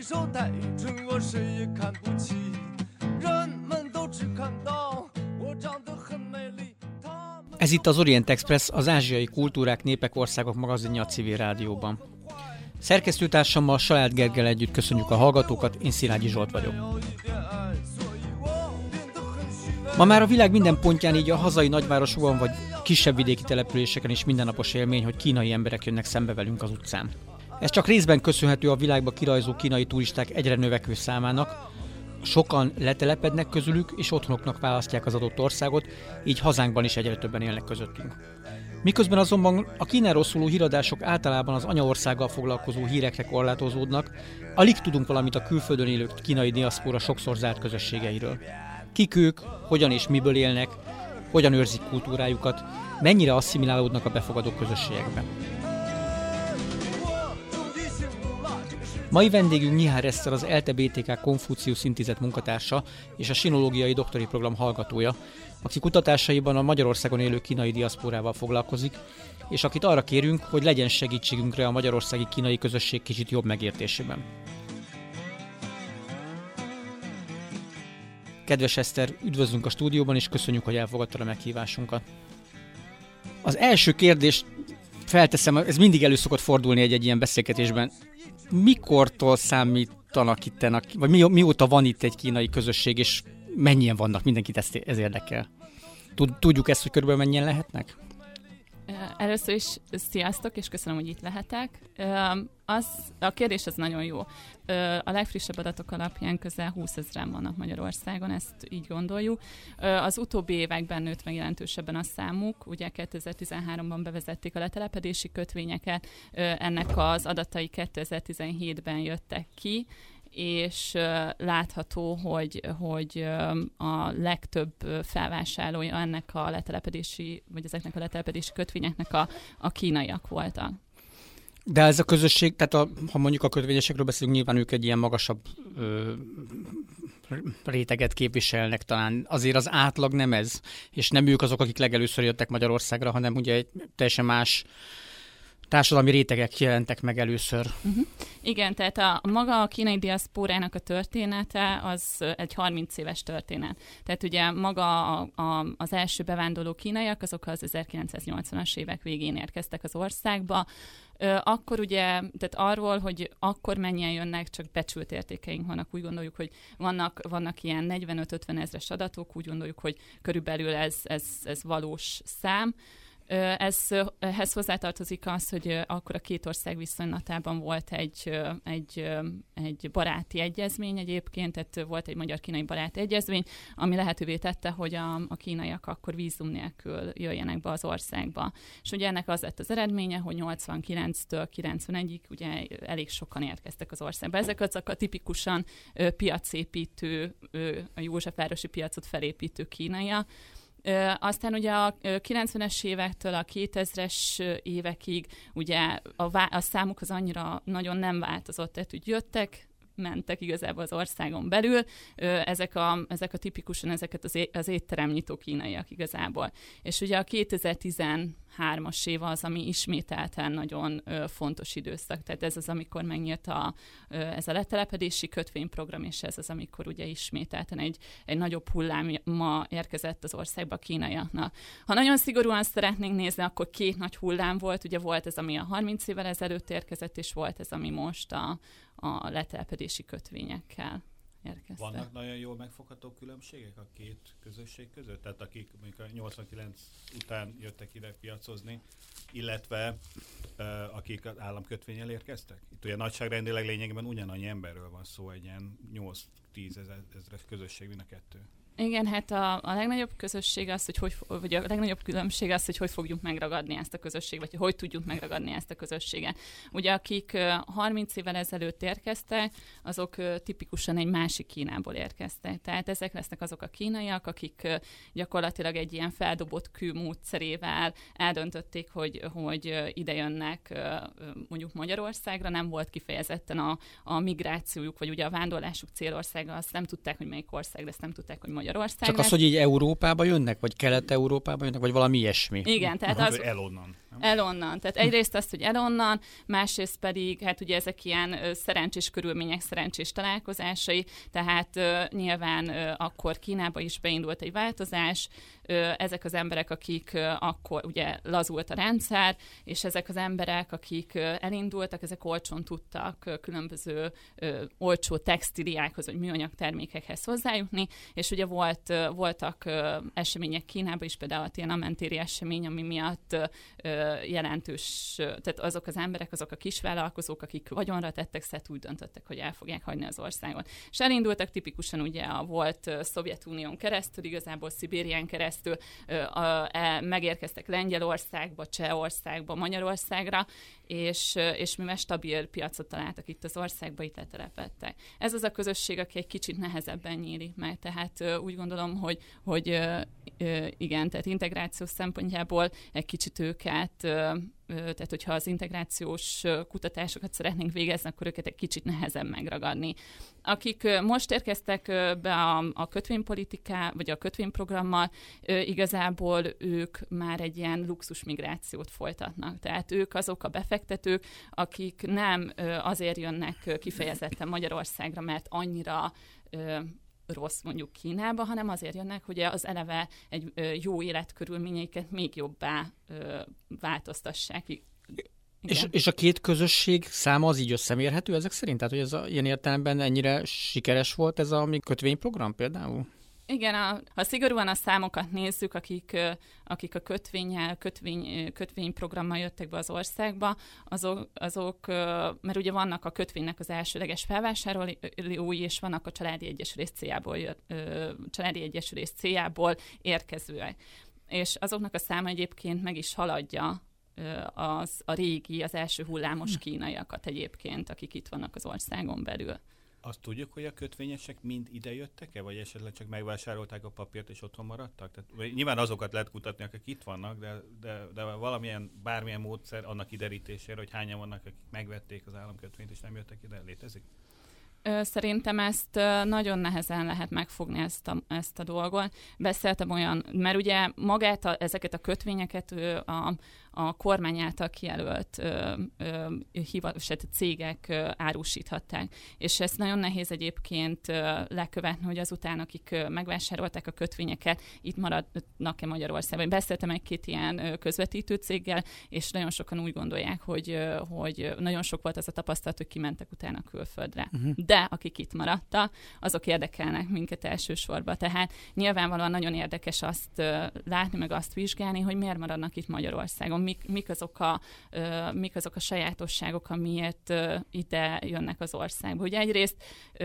手太蠢，我谁也看不起。人们都只看到我长得很美丽。 Ez itt az Orient Express, az ázsiai kultúrák, népek, országok magazinja a Civil Rádióban. Szerkesztőtársammal, Salád Gergelyel együtt köszönjük a hallgatókat, én Szilágyi Zsolt vagyok. Ma már a világ minden pontján, így a hazai nagyvárosokban vagy kisebb vidéki településeken is mindennapos élmény, hogy kínai emberek jönnek szembe velünk az utcán. Ez csak részben köszönhető a világba kirajzó kínai turisták egyre növekvő számának. Sokan letelepednek közülük, és otthonoknak választják az adott országot, így hazánkban is egyre többen élnek közöttünk. Miközben azonban a Kínáról szóló híradások általában az anyaországgal foglalkozó hírekre korlátozódnak, alig tudunk valamit a külföldön élő kínai diaszpóra sokszor zárt közösségeiről. Kik ők, hogyan és miből élnek, hogyan őrzik kultúrájukat, mennyire asszimilálódnak a befogadó közösségekben. Mai vendégünk Nyihár Eszter, az ELTE BTK Konfuciusz Intézet munkatársa és a sinológiai doktori program hallgatója, aki kutatásaiban a Magyarországon élő kínai diaszpórával foglalkozik, és akit arra kérünk, hogy legyen segítségünkre a magyarországi kínai közösség kicsit jobb megértésében. Kedves Eszter, üdvözlünk a stúdióban, és köszönjük, hogy elfogadtad a meghívásunkat. Az első kérdést felteszem, ez mindig elő szokott fordulni egy ilyen beszélgetésben. Mikortól számítanak itten, vagy mióta van itt egy kínai közösség, és mennyien vannak? Mindenkit ez érdekel. Tudjuk ezt, hogy körülbelül mennyien lehetnek? Először is sziasztok, és köszönöm, hogy itt lehetek. A kérdés az nagyon jó. A legfrissebb adatok alapján közel 20 000-en vannak Magyarországon, ezt így gondoljuk. Az utóbbi években nőtt meg jelentősebben a számuk. Ugye 2013-ban bevezették a letelepedési kötvényeket, ennek az adatai 2017-ben jöttek ki, és látható, hogy a legtöbb felvásárlója ennek a letelepedési, vagy ezeknek a letelepedési kötvényeknek a kínaiak voltak. De ez a közösség, tehát ha mondjuk a kötvényesekről beszélünk, nyilván ők egy ilyen magasabb réteget képviselnek talán. Azért az átlag nem ez, és nem ők azok, akik legelőször jöttek Magyarországra, hanem ugye egy teljesen más társadalmi rétegek jelentek meg először. Igen, tehát maga a kínai diaszpórának a története az egy 30 éves történet. Tehát ugye maga az első bevándorló kínaiak, azok az 1980-as évek végén érkeztek az országba. Akkor ugye, tehát arról, hogy akkor mennyien jönnek, csak becsült értékeink vannak. Úgy gondoljuk, hogy vannak ilyen 45-50 ezres adatok, úgy gondoljuk, hogy körülbelül ez valós szám. Ehhez hozzátartozik az, hogy akkor a két ország viszonylatában volt egy baráti egyezmény egyébként, tehát volt egy magyar-kínai baráti egyezmény, ami lehetővé tette, hogy a kínaiak akkor vízum nélkül jöjjenek be az országba. És ugye ennek az lett az eredménye, hogy 89-től 91-ig ugye elég sokan érkeztek az országba. Ezek azok a tipikusan piacépítő, a Józsefvárosi piacot felépítő kínaiak. Aztán ugye a 90-es évektől a 2000-es évekig ugye a számuk az annyira nagyon nem változott, tehát úgy jöttek, mentek igazából az országon belül, ezek a tipikusan ezeket az étteremnyitó kínaiak igazából. És ugye a 2013-as év az, ami ismételten nagyon fontos időszak, tehát ez az, amikor megnyílt ez a letelepedési kötvényprogram, és ez az, amikor ugye ismételten egy nagyobb hulláma érkezett az országba a kínaiaknak. Ha nagyon szigorúan szeretnénk nézni, akkor két nagy hullám volt, ugye volt ez, ami a 30 évvel ezelőtt érkezett, és volt ez, ami most a letelepedési kötvényekkel érkeztek. Vannak nagyon jól megfogható különbségek a két közösség között? Tehát akik mondjuk a 89 után jöttek ide piacozni, illetve akik az államkötvényel érkeztek? Itt ugye nagyságrendileg lényegében ugyanannyi emberről van szó, egy ilyen 8-10 ezres közösség, mind a kettő. Igen, hát a legnagyobb közösség az, vagy a legnagyobb különbség az, hogy fogjuk megragadni ezt a közösséget, vagy hogy tudjuk megragadni ezt a közösséget. Ugye akik 30 évvel ezelőtt érkeztek, azok tipikusan egy másik Kínából érkeztek. Tehát ezek lesznek azok a kínaiak, akik gyakorlatilag egy ilyen feldobott kő módszerével eldöntötték, hogy ide jönnek mondjuk Magyarországra, nem volt kifejezetten a migrációjuk, vagy ugye a vándorlásuk célországa, azt nem tudták, hogy melyik ország lesz, nem tudták, hogy Magyarország. Csak az, hogy így Európába jönnek, vagy Kelet-Európába jönnek, vagy valami ilyesmi. Igen, tehát az... El onnan. Elonnan. Tehát egyrészt azt, hogy elonnan, másrészt pedig, hát ugye ezek ilyen szerencsés körülmények, szerencsés találkozásai, tehát nyilván akkor Kínába is beindult egy változás, ezek az emberek, akik akkor ugye lazult a rendszer, és ezek az emberek, akik elindultak, ezek olcsón tudtak különböző olcsó textíliákhoz, vagy műanyag termékekhez hozzájutni, és ugye voltak események Kínában is, például a Tiananmen téri esemény, ami miatt jelentős, tehát azok az emberek, azok a kisvállalkozók, akik vagyonra tettek szert, úgy döntöttek, hogy el fogják hagyni az országot. És elindultak tipikusan ugye a volt Szovjetunión keresztül, igazából Szibérián keresztül, megérkeztek Lengyelországba, Csehországba, Magyarországra, és mivel stabil piacot találtak itt az országba, itt letelepedtek. Ez az a közösség, aki egy kicsit nehezebben nyílik meg, tehát úgy gondolom, hogy igen, tehát integráció szempontjából egy kicsit őket, tehát hogyha az integrációs kutatásokat szeretnénk végezni, akkor őket egy kicsit nehezebb megragadni. Akik most érkeztek be a kötvénypolitiká, vagy a kötvényprogrammal, igazából ők már egy ilyen luxus migrációt folytatnak. Tehát ők azok a befektetők, akik nem azért jönnek kifejezetten Magyarországra, mert annyira rossz mondjuk Kínába, hanem azért jönnek, hogy az eleve egy jó életkörülményeiket még jobbá változtassák. És a két közösség száma az így összemérhető ezek szerint? Tehát, hogy ez ilyen értelemben ennyire sikeres volt ez a mi kötvényprogram például? Igen, ha szigorúan a számokat nézzük, akik a kötvényprogrammal jöttek be az országba, azok, mert ugye vannak a kötvénynek az elsőleges felvásárlói, és vannak a családi egyesülés céljából érkezőek. És azoknak a száma egyébként meg is haladja az első hullámos kínaiakat egyébként, akik itt vannak az országon belül. Azt tudjuk, hogy a kötvényesek mind ide jöttek-e, vagy esetleg csak megvásárolták a papírt és otthon maradtak? Tehát, nyilván azokat lehet kutatni, akik itt vannak, de bármilyen módszer annak kiderítésére, hogy hányan vannak, akik megvették az államkötvényt és nem jöttek ide, létezik? Szerintem ezt nagyon nehezen lehet megfogni ezt a dolgot. Beszéltem mert ugye ezeket a kötvényeket a kormány által kijelölt cégek árusíthatták. És ezt nagyon nehéz egyébként lekövetni, hogy azután, akik megvásárolták a kötvényeket, itt maradnak-e Magyarországon. Beszéltem egy-két ilyen közvetítő céggel, és nagyon sokan úgy gondolják, hogy nagyon sok volt az a tapasztalat, hogy kimentek utána külföldre. De akik itt maradtak, azok érdekelnek minket elsősorban. Tehát nyilvánvalóan nagyon érdekes azt látni, meg azt vizsgálni, hogy miért maradnak itt Magyarországon, mik azok a sajátosságok, amiért ide jönnek az országba. Ugye egyrészt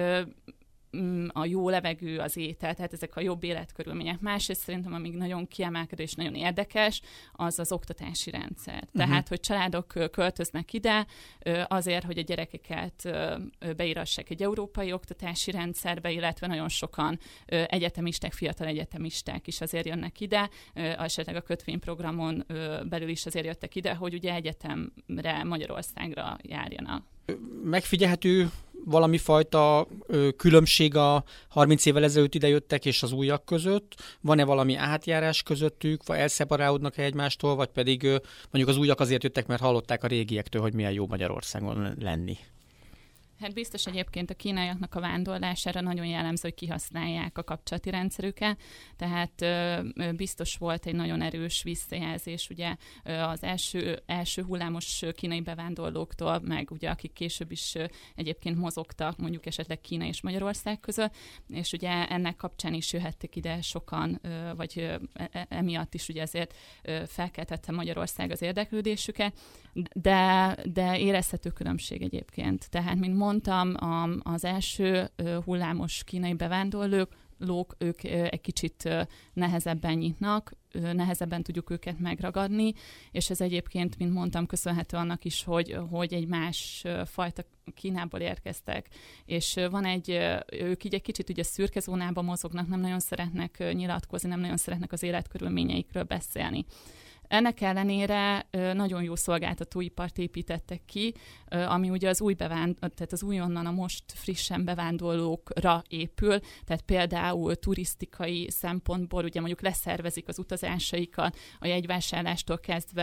a jó levegő, az étel, tehát ezek a jobb életkörülmények. Másrészt szerintem, amíg nagyon kiemelkedő és nagyon érdekes, az az oktatási rendszer. Tehát, hogy családok költöznek ide azért, hogy a gyerekeket beírassák egy európai oktatási rendszerbe, illetve nagyon sokan egyetemisták, fiatal egyetemisták is azért jönnek ide, esetleg a kötvényprogramon belül is azért jöttek ide, hogy ugye egyetemre, Magyarországra járjanak. Megfigyelhető valami fajta különbség a 30 évvel ezelőtt idejöttek és az újak között? Van-e valami átjárás közöttük, vagy elszeparálódnak-e egymástól, vagy pedig mondjuk az újak azért jöttek, mert hallották a régiektől, hogy milyen jó Magyarországon lenni? Hát biztos egyébként a kínaiaknak a vándorlására nagyon jellemző, hogy kihasználják a kapcsolati rendszerüket, tehát biztos volt egy nagyon erős visszajelzés ugye az első hullámos kínai bevándorlóktól, meg ugye akik később is egyébként mozogtak mondjuk esetleg Kína és Magyarország között, és ugye ennek kapcsán is jöhettek ide sokan, vagy emiatt is ugye ezért felkeltette Magyarország az érdeklődésüket, de érezhető különbség egyébként. Tehát, mint mondtam, az első hullámos kínai bevándorlók, ők egy kicsit nehezebben nyitnak, nehezebben tudjuk őket megragadni, és ez egyébként, mint mondtam, köszönhető annak is, hogy egy más fajta Kínából érkeztek, és ők így egy kicsit ugye szürke zónában mozognak, nem nagyon szeretnek nyilatkozni, nem nagyon szeretnek az életkörülményeikről beszélni. Ennek ellenére nagyon jó szolgáltatóipart építettek ki, ami ugye tehát az újonnan a most frissen bevándorlókra épül, tehát például turisztikai szempontból ugye mondjuk leszervezik az utazásaikat, a jegyvásárlástól kezdve,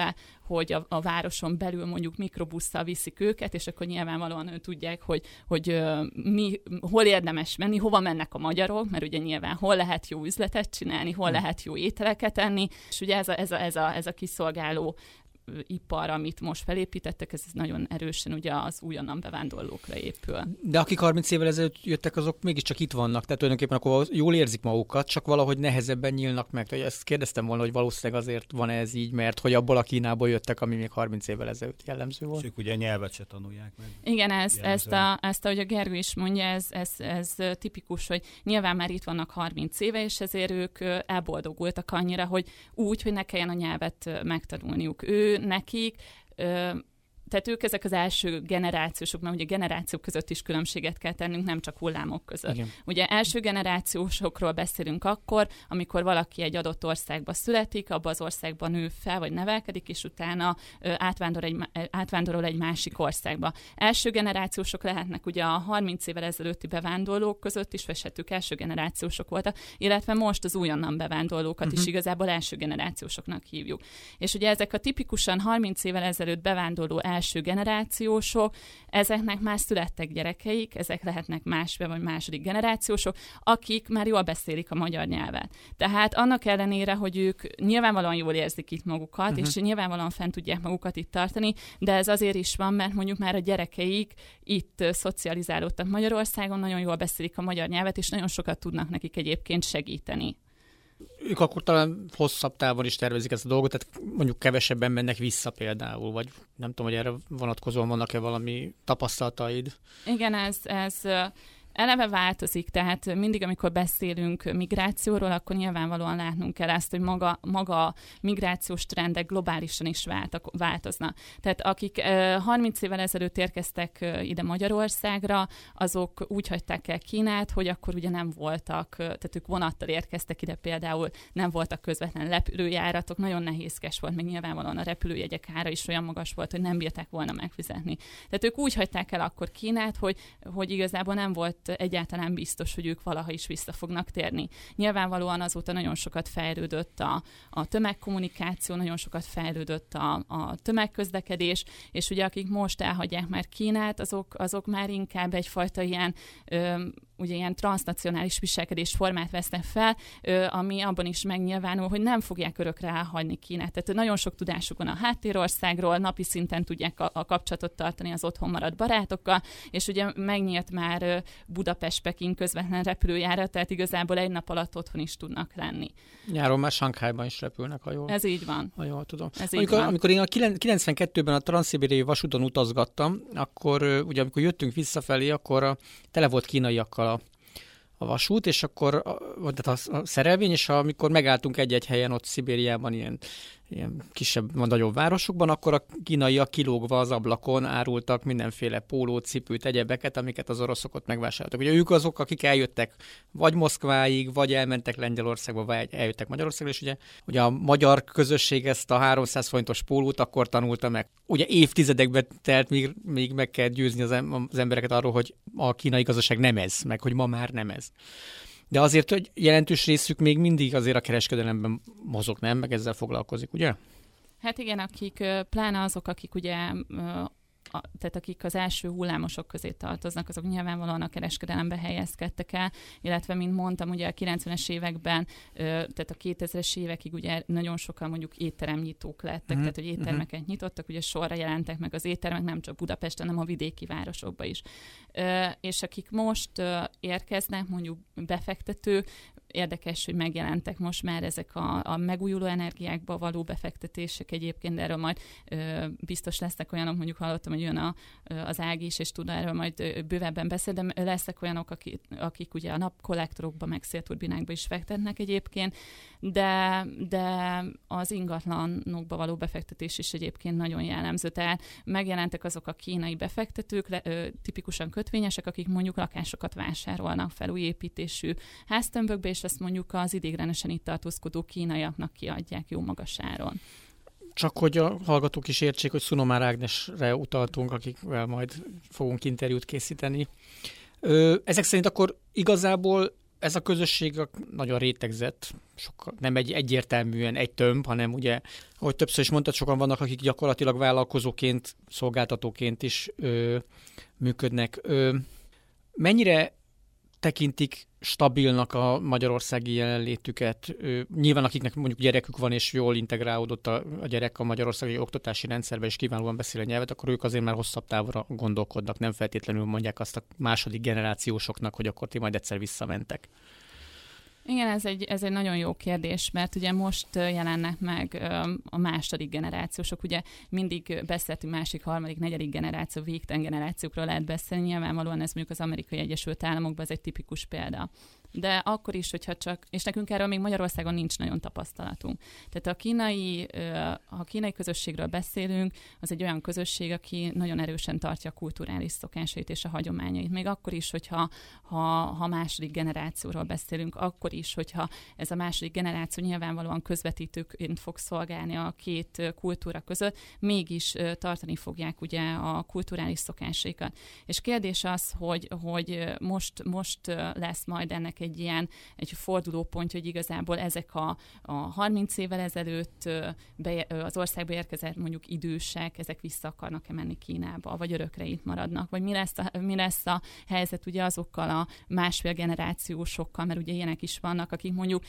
hogy a városon belül mondjuk mikrobusszal viszik őket, és akkor nyilvánvalóan tudják, hogy hol érdemes menni, hova mennek a magyarok, mert ugye nyilván hol lehet jó üzletet csinálni, hol lehet jó ételeket enni, és ugye ez a kiszolgáló ipar, amit most felépítettek, ez nagyon erősen ugye az újonnan bevándorlókra épül. De akik 30 évvel ezelőtt jöttek, azok mégiscsak itt vannak, tehát tulajdonképpen akkor jól érzik magukat, csak valahogy nehezebben nyílnak meg. Ezt kérdeztem volna, hogy valószínűleg azért van ez így, mert hogy abból a Kínából jöttek, ami még 30 évvel ezelőtt jellemző volt. És ők ugye nyelvet se tanulják meg. Igen, ezt ahogy a Gergő is mondja, ez tipikus, hogy nyilván már itt vannak 30 éve, és ezért ők elboldogultak annyira, hogy úgy, hogy ne kelljen a nyelvet megtanulniuk. Nekik, tehát ők ezek az első generációsok, mert ugye generációk között is különbséget kell tennünk, nem csak hullámok között. Igen. Ugye első generációsokról beszélünk akkor, amikor valaki egy adott országba születik, abba az országban nő fel, vagy nevelkedik, és utána átvándorol egy másik országba. Első generációsok lehetnek ugye a 30 évvel ezelőtti bevándorlók között is, veshetők első generációsok voltak, illetve most az újonnan bevándorlókat is igazából első generációsoknak hívjuk. És ugye ezek a tipikusan 30 évvel ezelőtt bevándorló első generációsok, ezeknek már születtek gyerekeik, ezek lehetnek vagy második generációsok, akik már jól beszélik a magyar nyelvet. Tehát annak ellenére, hogy ők nyilvánvalóan jól érzik itt magukat, és nyilvánvalóan fent tudják magukat itt tartani, de ez azért is van, mert mondjuk már a gyerekeik itt szocializálódtak Magyarországon, nagyon jól beszélik a magyar nyelvet, és nagyon sokat tudnak nekik egyébként segíteni. Ők akkor talán hosszabb távon is tervezik ezt a dolgot, tehát mondjuk kevesebben mennek vissza például, vagy nem tudom, hogy erre vonatkozóan vannak-e valami tapasztalataid? Igen, ez eleve változik, tehát mindig, amikor beszélünk migrációról, akkor nyilvánvalóan látnunk kell ezt, hogy maga a migrációs trendek globálisan is változnak. Tehát akik 30 évvel ezelőtt érkeztek ide Magyarországra, azok úgy hagyták el Kínát, hogy akkor ugye nem voltak, tehát ők vonattal érkeztek ide például, nem voltak közvetlen repülőjáratok, nagyon nehézkes volt, meg nyilvánvalóan a repülőjegyek ára is olyan magas volt, hogy nem bírták volna megfizetni. Tehát ők úgy hagyták el akkor Kínát, hogy igazából nem volt egyáltalán biztos, hogy ők valaha is vissza fognak térni. Nyilvánvalóan azóta nagyon sokat fejlődött a tömegkommunikáció, nagyon sokat fejlődött a tömegközlekedés, és ugye akik most elhagyják már Kínát, azok már inkább egyfajta ilyen transznacionális viselkedésformát vesznek fel, ami abban is megnyilvánul, hogy nem fogják örökre elhagyni Kínát. Tehát nagyon sok tudásuk van a háttérországról, napi szinten tudják a kapcsolatot tartani az otthon maradt barátokkal, és ugye megnyílt már Budapest-Peking közvetlen repülőjárat, tehát igazából egy nap alatt otthon is tudnak lenni. Nyáron már Sanghajban is repülnek, ha jól. Ez így van. Ha jól tudom. Amikor én a 92-ben a transzszibériai vasúton utazgattam, akkor ugye amikor jöttünk visszafelé, akkor tele volt kínaiakkal a vasút, és akkor tehát a szerelvény, és amikor megálltunk egy-egy helyen ott Szibériában, ilyen kisebb, nagyobb városokban, akkor a kínaiak kilógva az ablakon árultak mindenféle pólót, cipőt, egyebeket, amiket az oroszok ott megvásároltak. Ugye ők azok, akik eljöttek vagy Moszkváig, vagy elmentek Lengyelországba, vagy eljöttek Magyarországra, és ugye a magyar közösség ezt a 300 forintos pólót akkor tanulta meg. Ugye évtizedekbe telt, még meg kell győzni az embereket arról, hogy a kínai gazdaság nem ez, meg hogy ma már nem ez. De azért, hogy jelentős részük még mindig azért a kereskedelemben mozog, nem? Meg ezzel foglalkozik, ugye? Hát igen, pláne azok, akik ugye tehát akik az első hullámosok közé tartoznak, azok nyilvánvalóan a kereskedelembe helyezkedtek el, illetve, mint mondtam, ugye a 90-es években, tehát a 2000-es évekig ugye nagyon sokan mondjuk étteremnyitók lettek, tehát hogy éttermeket nyitottak, ugye sorra jelentek meg az éttermek, nem csak Budapesten, hanem a vidéki városokban is. És akik most érkeznek, mondjuk befektetők, érdekes, hogy megjelentek most már ezek a megújuló energiákba való befektetések egyébként, de erről majd biztos lesznek olyanok, mondjuk hallottam, hogy jön az Ági is, és tud erről majd bővebben beszélni, de lesznek olyanok, akik ugye a napkollektorokba, meg szélturbinákba is fektetnek egyébként, de az ingatlanokba való befektetés is egyébként nagyon jellemző. Tehát megjelentek azok a kínai befektetők, tipikusan kötvényesek, akik mondjuk lakásokat vásárolnak fel, új építésű háztömbökbe, és azt mondjuk az ideiglenesen itt tartózkodó kínaiaknak kiadják jó magas áron. Csak hogy a hallgatók is értsék, hogy Szunomár Ágnesre utaltunk, akikvel majd fogunk interjút készíteni. Ezek szerint akkor igazából ez a közösség nagyon rétegzett, nem egyértelműen egy tömb, hanem ugye, ahogy többször is mondtad, sokan vannak, akik gyakorlatilag vállalkozóként, szolgáltatóként is működnek. Mennyire tekintik stabilnak a magyarországi jelenlétüket? Nyilván akiknek mondjuk gyerekük van, és jól integrálódott a gyerek a magyarországi oktatási rendszerbe, és kiválóan beszél a nyelvet, akkor ők azért már hosszabb távra gondolkodnak, nem feltétlenül mondják azt a második generációsoknak, hogy akkor ti majd egyszer visszamentek. Igen, ez egy nagyon jó kérdés, mert ugye most jelennek meg a második generációsok, ugye mindig beszéltünk másik, harmadik, negyedik generáció, végtelen generációkról lehet beszélni, nyilvánvalóan ez mondjuk az Amerikai Egyesült Államokban ez egy tipikus példa. De akkor is, hogyha csak, és nekünk erről még Magyarországon nincs nagyon tapasztalatunk. Tehát a kínai közösségről beszélünk, az egy olyan közösség, aki nagyon erősen tartja a kulturális szokásait és a hagyományait. Még akkor is, hogyha második generációról beszélünk, akkor is, hogyha ez a második generáció nyilvánvalóan közvetítőként fog szolgálni a két kultúra között, mégis tartani fogják ugye a kulturális szokásaikat. És kérdés az, hogy most lesz majd ennek egy fordulópont, hogy igazából ezek a 30 évvel ezelőtt az országba érkezett mondjuk idősek, ezek vissza akarnak-e menni Kínába, vagy örökre itt maradnak, vagy mi lesz a helyzet ugye azokkal a másfél generációsokkal, mert ugye ilyenek is vannak, akik mondjuk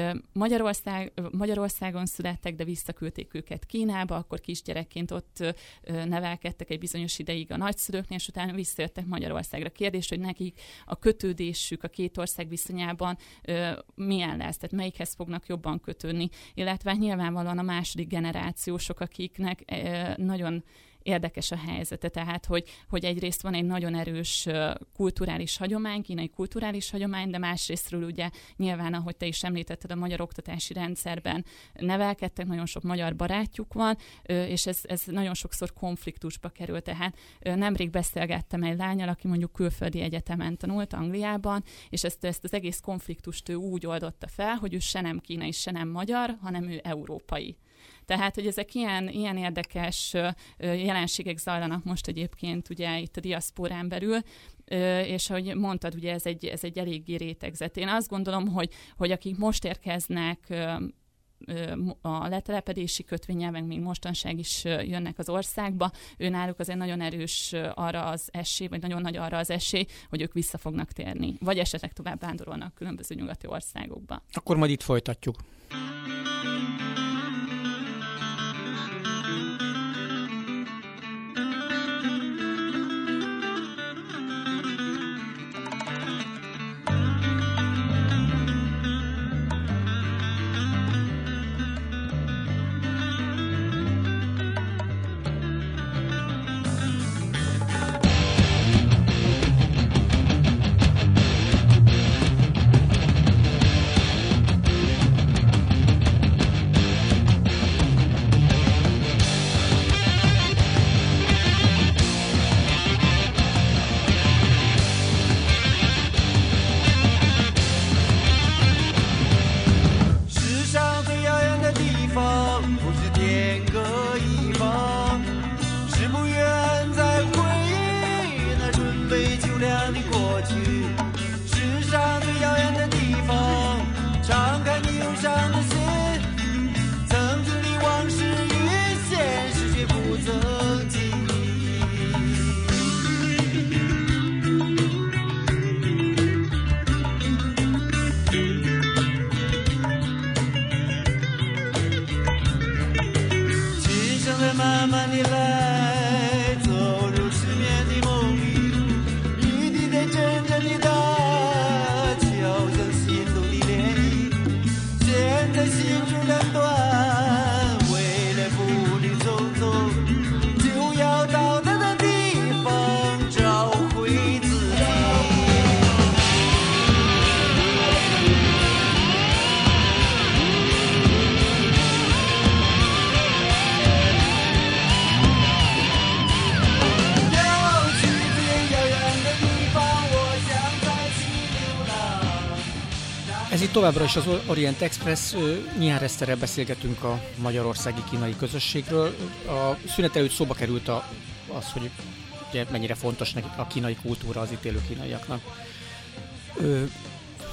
Magyarországon születtek, de visszaküldték őket Kínába, akkor kisgyerekként ott nevelkedtek egy bizonyos ideig a nagyszülőknél, és utána visszajöttek Magyarországra. Kérdés, hogy nekik a kötődésük a két ország viszonyában milyen lesz, tehát melyikhez fognak jobban kötődni, illetve nyilvánvalóan a második generációsok, akiknek nagyon érdekes a helyzete, tehát hogy egyrészt van egy nagyon erős kulturális hagyomány, kínai kulturális hagyomány, de másrésztről ugye nyilván, ahogy te is említetted, a magyar oktatási rendszerben nevelkedtek, nagyon sok magyar barátjuk van, és ez nagyon sokszor konfliktusba kerül. Tehát nemrég beszélgettem egy lánnyal, aki mondjuk külföldi egyetemen tanult Angliában, és ezt az egész konfliktust ő úgy oldotta fel, hogy ő se nem kínai, se nem magyar, hanem ő európai. Tehát, hogy ezek ilyen érdekes jelenségek zajlanak most egyébként ugye itt a diaszporán belül, és ahogy mondtad, ugye ez egy eléggé rétegzett. Én azt gondolom, hogy akik most érkeznek a letelepedési kötvényel, meg még mostanság is jönnek az országba, náluk azért nagyon erős arra az esély, vagy nagyon nagy arra az esély, hogy ők vissza fognak térni, vagy esetleg tovább vándorolnak különböző nyugati országokba. Akkor majd itt folytatjuk. Továbbra is az Orient Express, Mihály Reszterrel beszélgetünk a magyarországi kínai közösségről. A szünet előtt szóba került az, hogy ugye mennyire fontos a kínai kultúra az itt élő kínaiaknak.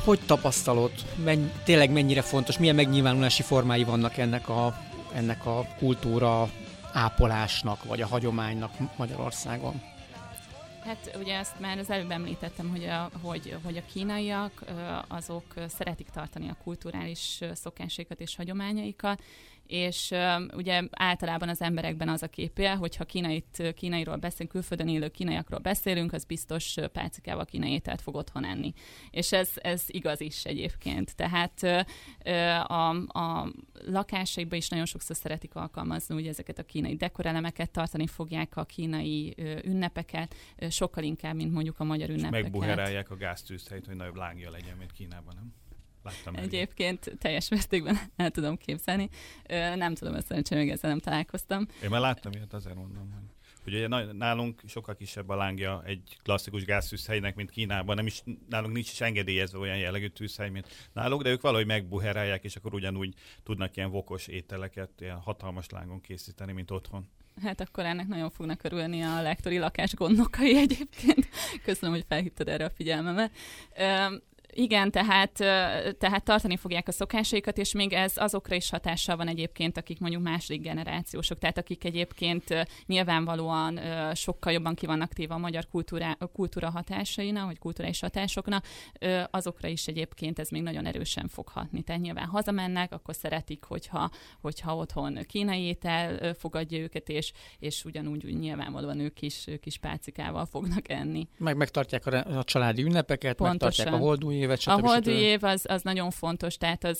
hogy tapasztalod, tényleg mennyire fontos, milyen megnyilvánulási formái vannak ennek a kultúra ápolásnak, vagy a hagyománynak Magyarországon? Hát ugye ezt már az előbb említettem, hogy a kínaiak azok szeretik tartani a kulturális szokásaikat és hagyományaikat, és ugye általában az emberekben az a kép él, hogyha kínairól beszélünk, külföldön élő kínaiakról beszélünk, az biztos pálcikával kínai ételt fog otthon enni. És ez igaz is egyébként. Tehát a lakásaikban is nagyon sokszor szeretik alkalmazni ugye ezeket a kínai dekorelemeket, tartani fogják a kínai ünnepeket, sokkal inkább, mint mondjuk a magyar ünnepeket. És megbuherálják a gáztűzhelyt, hogy nagyobb lángja legyen, mint Kínában, nem? Láttam Egyébként teljes mértékben el tudom képzelni. Nem tudom, ezt szerencsére még ezzel nem találkoztam. Én már láttam ilyet, azért mondom, hogy ugye nálunk sokkal kisebb a lángja egy klasszikus gáztűzhelynek, mint Kínában. Nálunk nincs is engedélyezve olyan jellegű tűzhely, mint náluk, de ők valahogy megbuherálják, és akkor ugyanúgy tudnak ilyen vokos ételeket, ilyen hatalmas lángon készíteni, mint otthon. Hát akkor ennek nagyon fognak örülni a lektori lakásgondnokai egyébként. Köszönöm, hogy felhívtad erre a figyelmemet. Igen, tehát tartani fogják a szokásaikat, és még ez azokra is hatással van egyébként, akik mondjuk második generációsok, tehát akik egyébként nyilvánvalóan sokkal jobban ki vannak téve a magyar kultúra hatásainak, vagy kulturális hatásoknak, azokra is egyébként ez még nagyon erősen fog hatni. Tehát nyilván hazamennek, akkor szeretik, hogyha otthon kínai étel fogadja őket, és ugyanúgy nyilvánvalóan ők is kis pálcikával fognak enni. Megtartják a családi ünnepeket, pontosan. Megtartják a holdúj évet, A holdúj év az nagyon fontos, tehát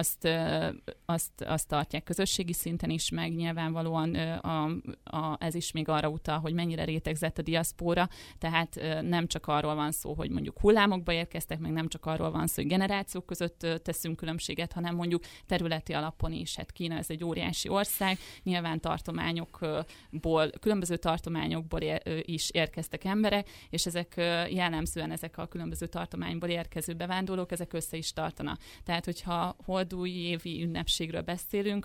azt tartják közösségi szinten is, meg nyilvánvalóan ez is még arra utal, hogy mennyire rétegzett a diaszpóra, tehát nem csak arról van szó, hogy mondjuk hullámokba érkeztek, meg nem csak arról van szó, hogy generációk között teszünk különbséget, hanem mondjuk területi alapon is. Hát Kína ez egy óriási ország, nyilván különböző tartományokból is érkeztek emberek, és ezek jellemzően ezek a különböző tartományból érkező bevándorlók, ezek össze is tartanak. Tehát, hogyha holdúj évi ünnepségről beszélünk,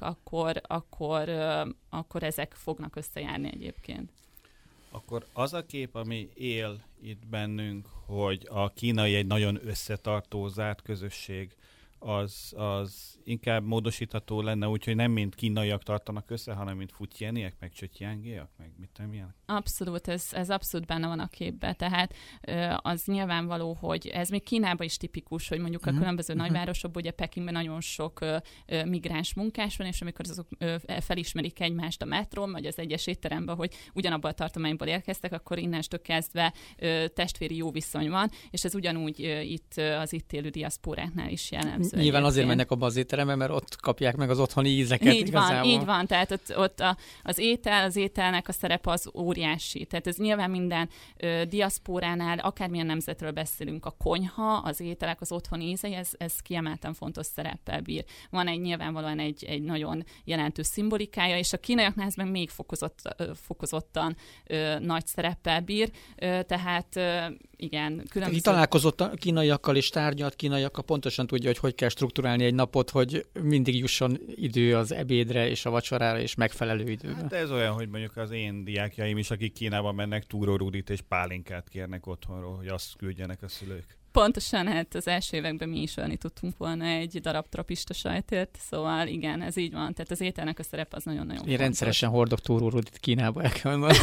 akkor ezek fognak összejárni egyébként. Akkor az a kép, ami él itt bennünk, hogy a kínai egy nagyon összetartó, zárt közösség, az inkább módosítható lenne, úgyhogy nem mint kínaiak tartanak össze, hanem mint futjeniek, meg csötyjángiak, meg mit tudom ilyen? Abszolút, ez abszolút benne van a képben. Tehát az nyilvánvaló, hogy ez még Kínában is tipikus, hogy mondjuk a különböző nagyvárosokban, ugye Pekingben nagyon sok migráns munkás van, és amikor azok felismerik egymást a metrón, vagy az egyes étteremben, hogy ugyanabban a tartományból érkeztek, akkor innentől kezdve testvéri jó viszony van, és ez ugyanúgy itt az itt élő diaszpóráknál is jellemző. Nyilván azért mennek abba az étterembe, mert ott kapják meg az otthoni ízeket igazából. Így van, tehát ott az ételnek a szerepe az óriási. Tehát ez nyilván minden diaszpóránál, akármilyen nemzetről beszélünk, a konyha, az ételek, az otthoni ízei, ez kiemelten fontos szereppel bír. Van nyilvánvalóan egy nagyon jelentős szimbolikája, és a kínaiaknál ez meg még fokozottan nagy szereppel bír. Tehát igen, különböző... Találkozott a kínaiakkal és tárgyalt kínaiakkal, pontosan tudja, hogy kell strukturálni egy napot, hogy mindig jusson idő az ebédre és a vacsorára, és megfelelő időben. Hát ez olyan, hogy mondjuk az én diákjaim is, akik Kínában mennek, túrórudit és pálinkát kérnek otthonról, hogy azt küldjenek a szülők. Pontosan, hát az első években mi is ölni tudtunk volna egy darab trapista sajtért, szóval igen, ez így van. Tehát az ételnek a szerep az nagyon-nagyon fontos. Én rendszeresen hordok túrórudit Kínába, el kell mondani.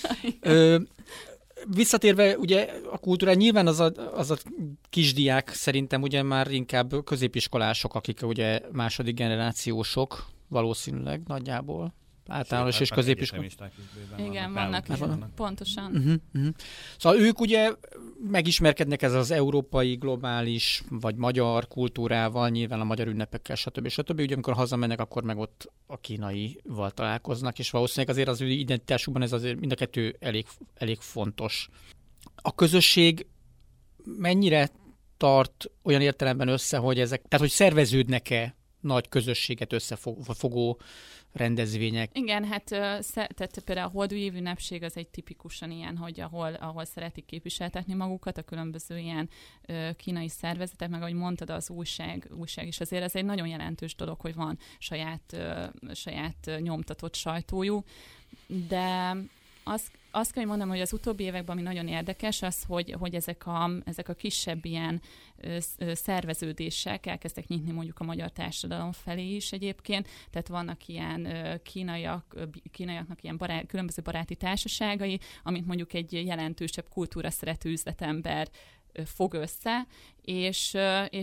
Visszatérve ugye a kultúrán, nyilván az a kisdiák szerintem ugye már inkább középiskolások, akik ugye második generációsok valószínűleg nagyjából. Általános és középiskola. Igen, vannak. Pontosan. Szóval ők ugye megismerkednek ezzel az európai, globális vagy magyar kultúrával, nyilván a magyar ünnepekkel, stb. Ugye amikor hazamennek, akkor meg ott a kínaival találkoznak, és valószínűleg azért az ő identitásukban ez azért mind a kettő elég fontos. A közösség mennyire tart olyan értelemben össze, hogy tehát hogy szerveződnek-e nagy közösséget összefogó rendezvények? Igen, hát tehát például a holdúj év ünnepség az egy tipikusan ilyen, hogy ahol szeretik képviseltetni magukat a különböző ilyen kínai szervezetek, meg ahogy mondtad, az újság is azért ez egy nagyon jelentős dolog, hogy van saját nyomtatott sajtójuk, de azt kell mondanom, hogy az utóbbi években, ami nagyon érdekes, az, hogy ezek a kisebb ilyen szerveződések elkezdtek nyitni mondjuk a magyar társadalom felé is egyébként, tehát vannak ilyen kínaiaknak ilyen különböző baráti társaságai, amit mondjuk egy jelentősebb kultúra szerető üzletember fog össze, és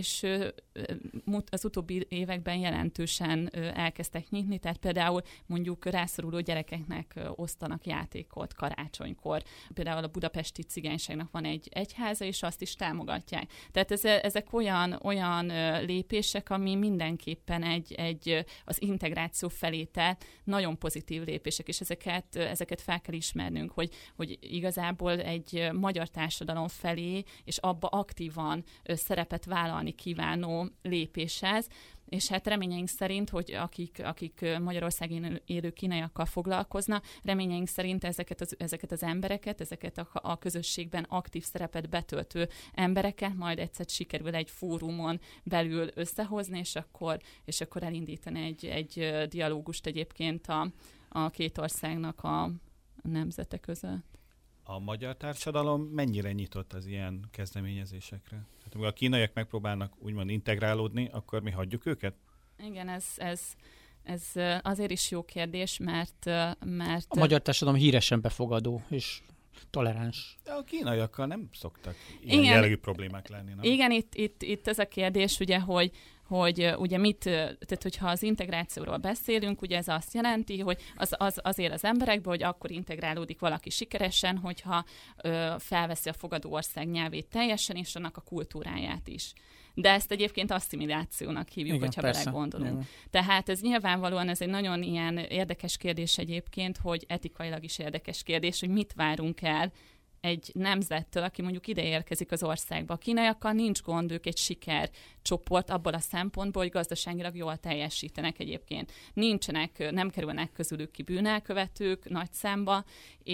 az utóbbi években jelentősen elkezdtek nyitni, tehát például mondjuk rászoruló gyerekeknek osztanak játékot karácsonykor. Például a budapesti cigányságnak van egy egyháza, és azt is támogatják. Tehát ezek olyan lépések, ami mindenképpen az integráció felé tett nagyon pozitív lépések, és ezeket fel kell ismernünk, hogy igazából egy magyar társadalom felé, és abba aktívan szerepet vállalni kívánó lépéshez, és hát reményeink szerint, hogy akik Magyarországon élő kínaiakkal foglalkoznak, reményeink szerint ezeket az embereket, ezeket a közösségben aktív szerepet betöltő embereket majd egyszer sikerül egy fórumon belül összehozni, és akkor elindítani egy dialógust egyébként a két országnak a nemzete között. A magyar társadalom mennyire nyitott az ilyen kezdeményezésekre? Hát, amikor a kínaiak megpróbálnak úgymond integrálódni, akkor mi hagyjuk őket? Igen, ez azért is jó kérdés, mert... A magyar társadalom híresen befogadó és toleráns. De a kínaiakkal nem szoktak ilyen jellegű problémák lenni, nem? Igen, itt ez a kérdés, ugye, hogy ugye tehát hogyha az integrációról beszélünk, ugye ez azt jelenti, hogy az él az emberekbe, hogy akkor integrálódik valaki sikeresen, hogyha felveszi a fogadó ország nyelvét teljesen, és annak a kultúráját is. De ezt egyébként asszimilációnak hívjuk, igen, hogyha belegondolunk. Igen. Tehát ez nyilvánvalóan ez egy nagyon ilyen érdekes kérdés egyébként, hogy etikailag is érdekes kérdés, hogy mit várunk el egy nemzettől, aki mondjuk ide érkezik az országba. A kínaiakkal nincs gond, ők egy sikercsoport abból a szempontból, hogy gazdaságilag jól teljesítenek egyébként. Nem kerülnek közülük ki bűnelkövetők nagy számba,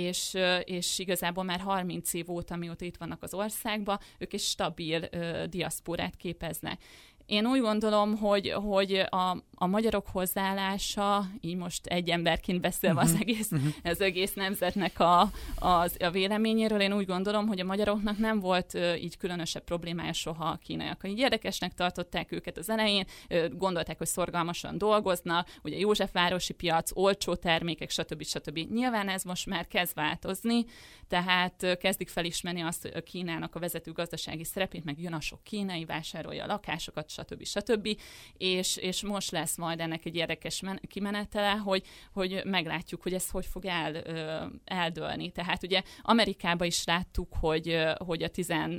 és igazából már 30 év óta, mióta itt vannak az országba, ők egy stabil diaszporát képeznek. Én úgy gondolom, hogy a magyarok hozzáállása, így most egy emberként beszélve az egész nemzetnek a véleményéről, én úgy gondolom, hogy a magyaroknak nem volt így különösebb problémája soha a kínaiakkal. Így érdekesnek tartották őket az elején, gondolták, hogy szorgalmasan dolgoznak, ugye Józsefvárosi piac, olcsó termékek, stb. Nyilván ez most már kezd változni, tehát kezdik felismerni azt Kínának a vezető gazdasági szerepét, meg jön a sok kínai, vásárolja a lakásokat, stb. És most lesz majd ennek egy érdekes kimenetele, hogy meglátjuk, hogy ez hogy fog eldőlni. Tehát ugye Amerikában is láttuk, hogy a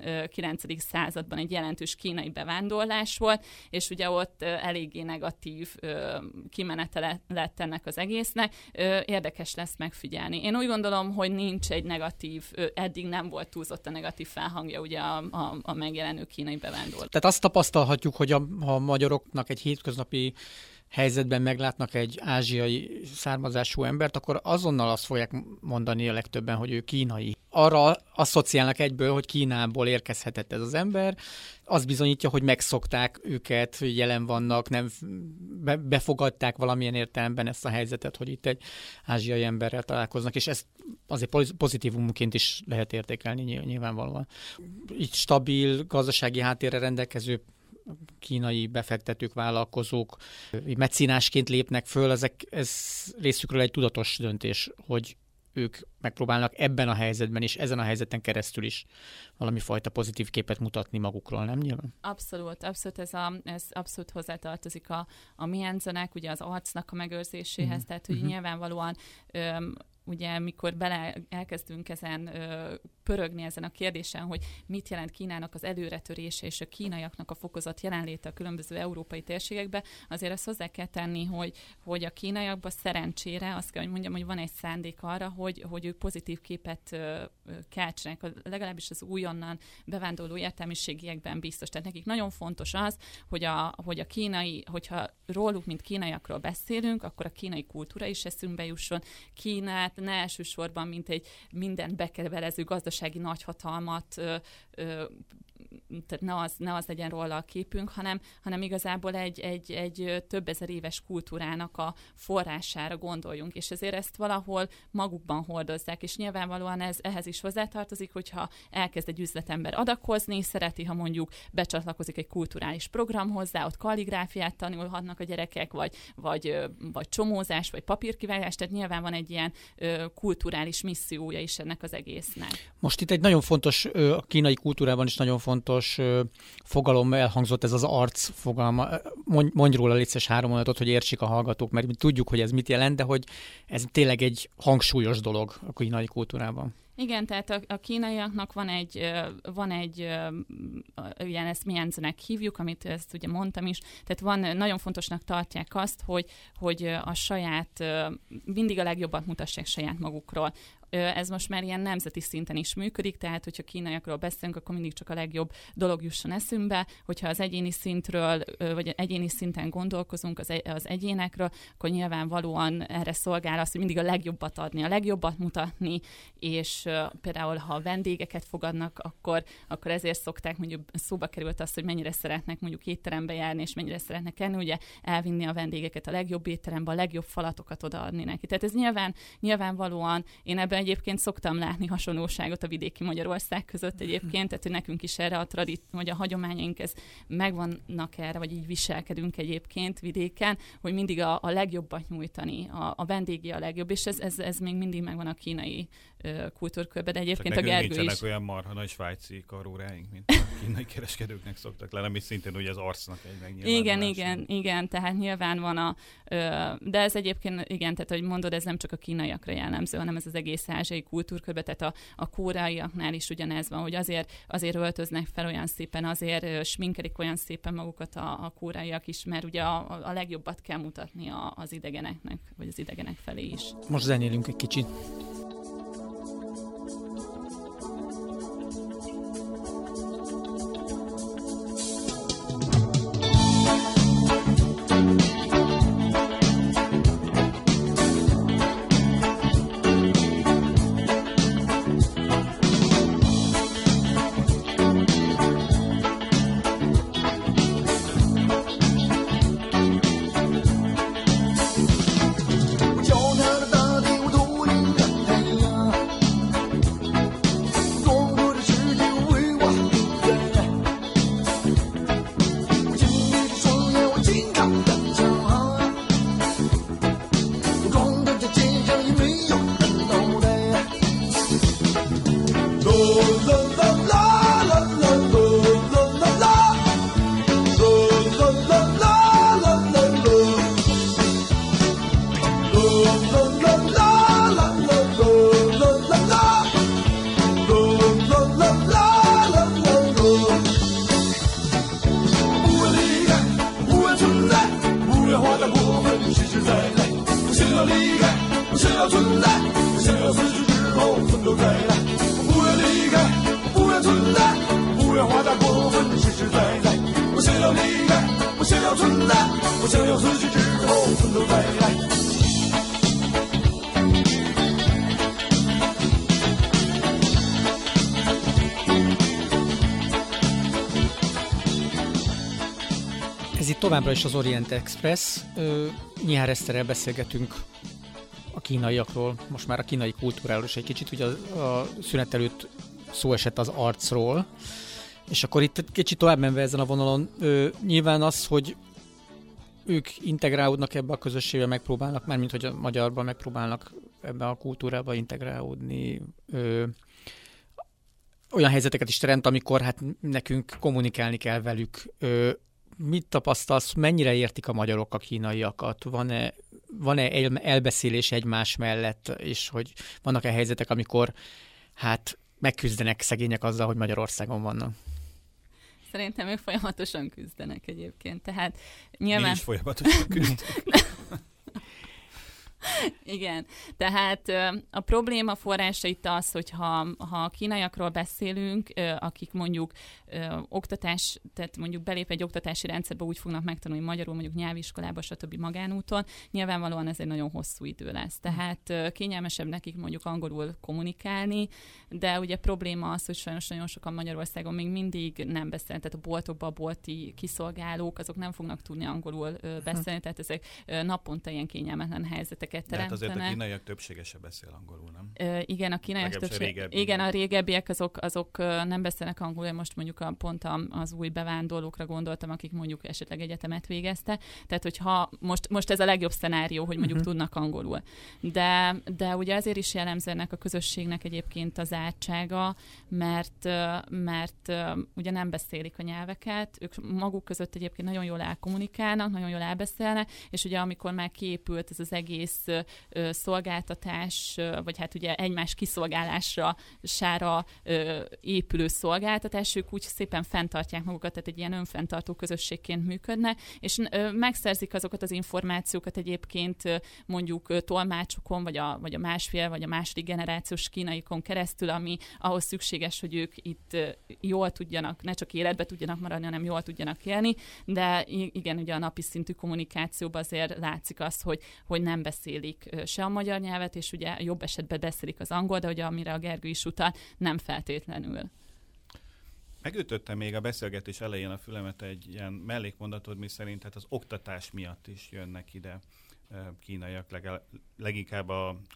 19. században egy jelentős kínai bevándorlás volt, és ugye ott eléggé negatív kimenetele lett ennek az egésznek. Érdekes lesz megfigyelni. Én úgy gondolom, hogy nincs egy negatív, eddig nem volt túlzott a negatív felhangja ugye a megjelenő kínai bevándorlás. Tehát azt tapasztalhatjuk, hogy ha a magyaroknak egy hétköznapi helyzetben meglátnak egy ázsiai származású embert, akkor azonnal azt fogják mondani a legtöbben, hogy ő kínai. Arra asszociálnak egyből, hogy Kínából érkezhetett ez az ember. Az bizonyítja, hogy megszokták őket, hogy jelen vannak, nem befogadták valamilyen értelemben ezt a helyzetet, hogy itt egy ázsiai emberrel találkoznak, és ezt azért pozitívumként is lehet értékelni nyilvánvalóan. Így stabil, gazdasági háttérre rendelkező kínai befektetők, vállalkozók mecinásként lépnek föl, ez részükről egy tudatos döntés, hogy ők megpróbálnak ebben a helyzetben és ezen a helyzeten keresztül is valami fajta pozitív képet mutatni magukról, nem nyilván? Abszolút, ez abszolút hozzátartozik a mienzenek, ugye az arcnak a megőrzéséhez, tehát hogy nyilvánvalóan ugye mikor elkezdünk ezen pörögni ezen a kérdésen, hogy mit jelent Kínának az előretörése és a kínaiaknak a fokozott jelenléte a különböző európai térségekben, azért azt hozzá kell tenni, hogy a kínaiakban szerencsére azt kell, hogy mondjam, hogy van egy szándék arra, hogy ők pozitív képet keltsenek, legalábbis az újonnan bevándorló értelmiségiekben biztos. Tehát nekik nagyon fontos az, hogy a kínai, hogyha róluk, mint kínaiakról beszélünk, akkor a kínai kultúra is eszünkbe jusson. Kínát ne elsősorban, mint egy mindent bekebelező gazdasági nagyhatalmat tehát ne az legyen róla a képünk, hanem igazából egy több ezer éves kultúrának a forrására gondoljunk, és ezért ezt valahol magukban hordozzák, és nyilvánvalóan ehhez is hozzátartozik, hogyha elkezd egy üzletember adakozni, szereti, ha mondjuk becsatlakozik egy kulturális program hozzá, ott kalligráfiát tanulhatnak a gyerekek, vagy csomózás, vagy papírkivágás, tehát nyilván van egy ilyen kulturális missziója is ennek az egésznek. Most itt egy nagyon fontos, a kínai kultúrában is nagyon fontos fogalom elhangzott, ez az arc fogalma. Mondj róla létszes 3 mondatot, hogy értsék a hallgatók, mert mi tudjuk, hogy ez mit jelent, de hogy ez tényleg egy hangsúlyos dolog a kínai kultúrában. Igen, tehát a kínaiaknak van egy ilyen ezt mianznek hívjuk, amit ezt ugye mondtam is, tehát nagyon fontosnak tartják azt, hogy a saját, mindig a legjobbat mutassák saját magukról. Ez most már ilyen nemzeti szinten is működik, tehát hogyha kínaiakról beszélünk, akkor mindig csak a legjobb dolog jusson eszünkbe, hogyha az egyéni szintről, vagy egyéni szinten gondolkozunk az egyénekről, akkor nyilvánvalóan erre szolgál az, hogy mindig a legjobbat adni, a legjobbat mutatni, és például ha vendégeket fogadnak, akkor ezért szokták, mondjuk szóba került az, hogy mennyire szeretnek mondjuk étterembe járni, és mennyire szeretnek enni, ugye elvinni a vendégeket a legjobb étterembe, a legjobb falatokat odaadni neki. Tehát ez nyilvánvalóan, én ebben egyébként szoktam látni hasonlóságot a vidéki Magyarország között egyébként, tehát hogy nekünk is erre vagy a hagyományaink ez megvannak erre, vagy így viselkedünk egyébként vidéken, hogy mindig a legjobbat nyújtani, a vendégi a legjobb, és ez még mindig megvan a kínai kultúrkörben, de egyébként a Gergő is. Nincsenek olyan marha nagy svájci karóráink, mint a kínai kereskedőknek szoktak lenni, ami szintén ugye az arcnak egy megnyilvánulás. Igen, tehát nyilván van de ez egyébként, igen, tehát hogy mondod, ez nem csak a kínaiakra jellemző, hanem ez az egész ázsiai kultúrkörben, tehát a koreaiaknál is ugyanez van, hogy azért öltöznek fel olyan szépen, azért sminkelik olyan szépen magukat a koreaiak is, mert ugye a legjobbat kell mutatni az idegeneknek, vagy az idegenek felé is. Most zenélünk egy kicsit. Ez itt továbbra is az Orient Express. Nyihár Eszterrel beszélgetünk a kínaiakról, most már a kínai kultúráról is egy kicsit, ugye a szünet előtt szó esett az arcról, és akkor itt kicsit tovább menve ezen a vonalon, nyilván az, hogy ők integrálódnak ebbe a közösségbe, megpróbálnak, mármint hogy a magyarban megpróbálnak ebbe a kultúrába integrálódni, olyan helyzeteket is teremt, amikor hát nekünk kommunikálni kell velük. Mit tapasztalsz, mennyire értik a magyarok a kínaiakat? Van-e elbeszélés egymás mellett, és hogy vannak-e helyzetek, amikor hát megküzdenek szegények azzal, hogy Magyarországon vannak? Szerintem ők folyamatosan küzdenek egyébként, tehát nyilván... Mi is folyamatosan küzdünk. Igen, tehát a probléma forrása itt az, hogy ha kínaiakról beszélünk, akik mondjuk tehát mondjuk belép egy oktatási rendszerbe, úgy fognak megtanulni magyarul, mondjuk nyelviskolába, stb. Magánúton, nyilvánvalóan ez egy nagyon hosszú idő lesz. Tehát kényelmesebb nekik mondjuk angolul kommunikálni, de ugye probléma az, hogy sajnos nagyon sokan Magyarországon még mindig nem beszélnek, tehát a boltokban a bolti kiszolgálók, azok nem fognak tudni angolul beszélni, tehát ezek naponta ilyen kényelmetlen helyzeteket teremtenek. Tehát azért a kínaiak többsége se beszél angolul, nem? Igen, a kínaiak többsége. Igen, a régebbiek azok nem beszélnek angolul, most mondjuk pont az új bevándorlókra gondoltam, akik mondjuk esetleg egyetemet végeztek. Tehát, hogyha most ez a legjobb szenárió, hogy mondjuk tudnak angolul. De ugye azért is jellemző ennek a közösségnek egyébként az zártsága, mert ugye nem beszélik a nyelveket, ők maguk között egyébként nagyon jól elkommunikálnak, nagyon jól elbeszélnek, és ugye amikor már kiépült ez az egész szolgáltatás, vagy hát ugye egymás kiszolgálásra épülő szolgáltatás, ők úgy szépen fenntartják magukat, tehát egy ilyen önfenntartó közösségként működnek, és megszerzik azokat az információkat egyébként mondjuk tolmácsokon, vagy a másfél, vagy a második generációs kínaikon keresztül, ami ahhoz szükséges, hogy ők itt jól tudjanak, ne csak életbe tudjanak maradni, hanem jól tudjanak élni, de igen, ugye a napi szintű kommunikációban azért látszik az, hogy nem beszélik se a magyar nyelvet, és ugye jobb esetben beszélik az angol, de ugye amire a Gergő is utal, nem feltétlenül. Megütötte még a beszélgetés elején a fülemet egy ilyen mellékmondatod, mi szerint hát az oktatás miatt is jönnek ide kínaiak, leginkább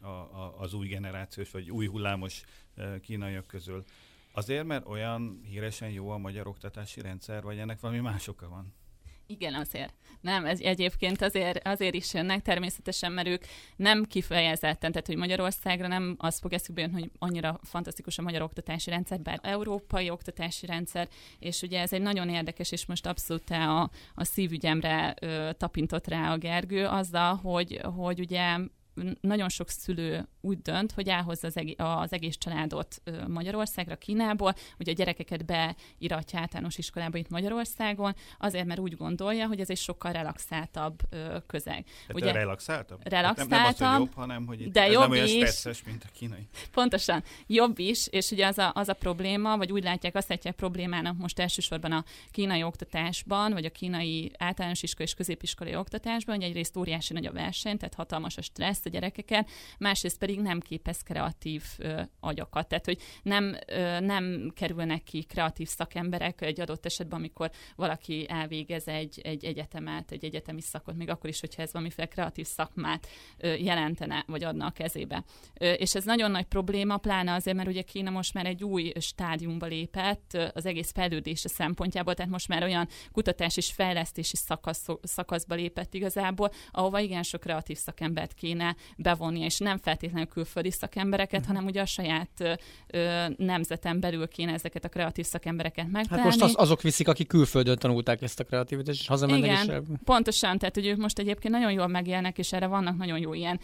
az új generációs vagy új hullámos kínaiak közül. Azért, mert olyan híresen jó a magyar oktatási rendszer, vagy ennek valami más oka van? Igen, azért. Nem, ez egyébként azért is jönnek természetesen, mert ők nem kifejezetten, tehát hogy Magyarországra nem az fog eszükbe jönni, hogy annyira fantasztikus a magyar oktatási rendszer, bár európai oktatási rendszer, és ugye ez egy nagyon érdekes, és most abszolút a szívügyemre tapintott rá a Gergő, azzal, hogy ugye nagyon sok szülő úgy dönt, hogy elhozza az egész családot Magyarországra, Kínából, hogy a gyerekeket beiratja általános iskolába itt Magyarországon, azért, mert úgy gondolja, hogy ez egy sokkal relaxáltabb közeg. Ugye, relaxáltabb? Relaxáltabb, nem az, hogy jobb, hanem hogy itt de ez jobb nem olyan is, stresszes, mint a kínai. Pontosan. Jobb is, és ugye az a probléma, vagy úgy látják, azt látják problémának most elsősorban a kínai oktatásban, vagy a kínai általános iskola és középiskolai oktatásban, hogy egyrészt óriási nagy a verseny, tehát hatalmas a stressz a gyerekeken, másrészt pedig nem képez kreatív agyakat. Tehát, hogy nem kerülnek ki kreatív szakemberek egy adott esetben, amikor valaki elvégez egy egyetemet, egy egyetemi szakot, még akkor is, hogyha ez valamiféle kreatív szakmát jelentene, vagy adna a kezébe. És ez nagyon nagy probléma, pláne azért, mert ugye Kína most már egy új stádiumba lépett az egész fejlődése szempontjából, tehát most már olyan kutatás és fejlesztési szakaszba lépett igazából, ahova igen sok kreatív szakembert kéne bevonni, és nem feltétlenül külföldi szakembereket, hanem ugye a saját nemzeten belül kéne ezeket a kreatív szakembereket megtalálni. Hát most azok viszik, akik külföldön tanulták ezt a kreativitást, és hazamennek. Igen, pontosan, tehát hogy ők most egyébként nagyon jól megélnek, és erre vannak nagyon jó ilyen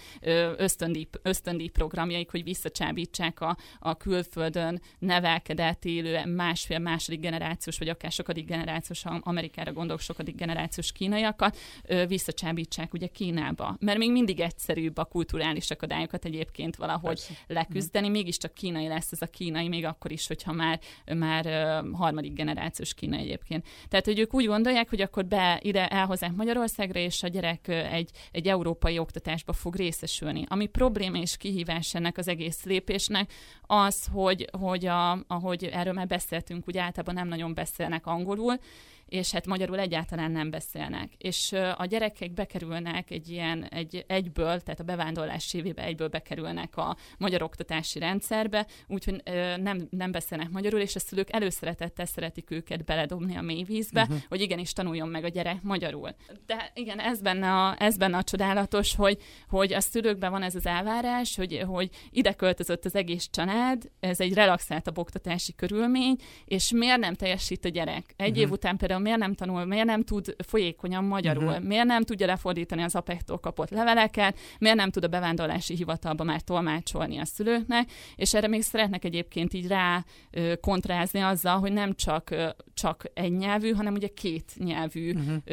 ösztöndíj programjaik, hogy visszacsábítsák a külföldön nevelkedett, élő második generációs, vagy akár sokadik generációs, Amerikára gondolok, sokadik generációs kínaiakat, visszacsábítsák ugye Kínába. Mert még mindig egyszerűbb a kulturális akadályokat egyébként valahogy leküzdeni, mégiscsak kínai lesz ez a kínai, még akkor is, hogyha már harmadik generációs kínai egyébként. Tehát, hogy ők úgy gondolják, hogy akkor ide elhozzák Magyarországra, és a gyerek egy európai oktatásba fog részesülni. Ami probléma és kihívás ennek az egész lépésnek az, hogy ahogy erről már beszéltünk, úgy általában nem nagyon beszélnek angolul, és hát magyarul egyáltalán nem beszélnek. És a gyerekek bekerülnek egyből, tehát a bevándorlás évébe egyből bekerülnek a magyar oktatási rendszerbe, úgyhogy nem beszélnek magyarul, és a szülők előszeretettel szeretik őket beledobni a mélyvízbe, hogy igenis tanuljon meg a gyerek magyarul. De igen, ez benne a csodálatos, hogy a szülőkben van ez az elvárás, hogy ide költözött az egész család, ez egy relaxáltabb oktatási körülmény, és miért nem teljesít a gyerek? Egy év után például miért nem tanul, miért nem tud folyékonyan magyarul, miért nem tudja lefordítani az apektól kapott leveleket, miért nem tud a bevándorlási hivatalba már tolmácsolni a szülőknek, és erre még szeretnek egyébként így rá kontrázni azzal, hogy nem csak egy nyelvű, hanem ugye két nyelvű,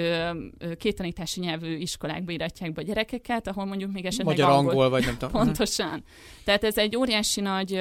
két tanítási nyelvű iskolákba iratják be a gyerekeket, ahol mondjuk még esetleg angol vagy nem tudom. Pontosan. Tehát ez egy óriási nagy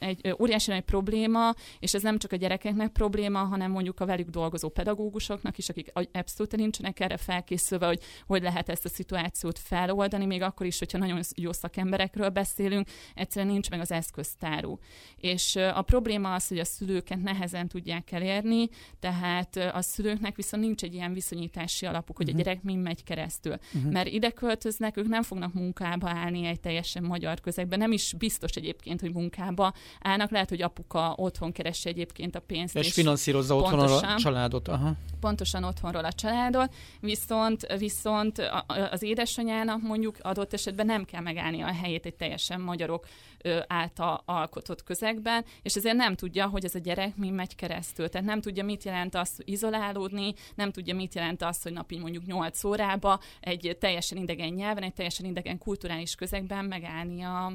probléma, és ez nem csak a gyerekeknek probléma, hanem mondjuk a velük dolgozó pedagógusoknak is, akik abszolút nincsenek erre felkészülve, hogy lehet ezt a szituációt feloldani, még akkor is, hogyha nagyon jó szakemberekről beszélünk, egyszerűen nincs meg az eszköztáruk. És a probléma az, hogy a szülőket nehezen tudják elérni, tehát a szülőknek viszont nincs egy ilyen viszonyítási alapuk, hogy a gyerek mind megy keresztül. Mert ide költöznek, ők nem fognak munkába állni egy teljesen magyar közegben, nem is biztos egyébként, hogy munkába állnak, lehet, hogy apuka otthon keresse egyébként a pénzt. És finanszírozza otthonról a családot. Aha. Pontosan otthonról a családot, viszont az édesanyának mondjuk adott esetben nem kell megállni a helyét egy teljesen magyarok által alkotott közegben, és ezért nem tudja, hogy ez a gyerek mi megy keresztül. Tehát nem tudja, mit jelent az, hogy izolálódni, nem tudja, mit jelent az, hogy napi mondjuk 8 órába egy teljesen idegen nyelven, egy teljesen idegen kulturális közegben megállni a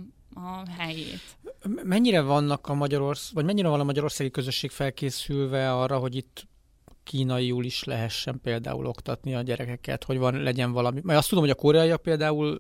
helyét. Mennyire van a magyarországi közösség felkészülve arra, hogy itt kínaiul is lehessen például oktatni a gyerekeket, hogy legyen valami. Mert azt tudom, hogy a koreaiak például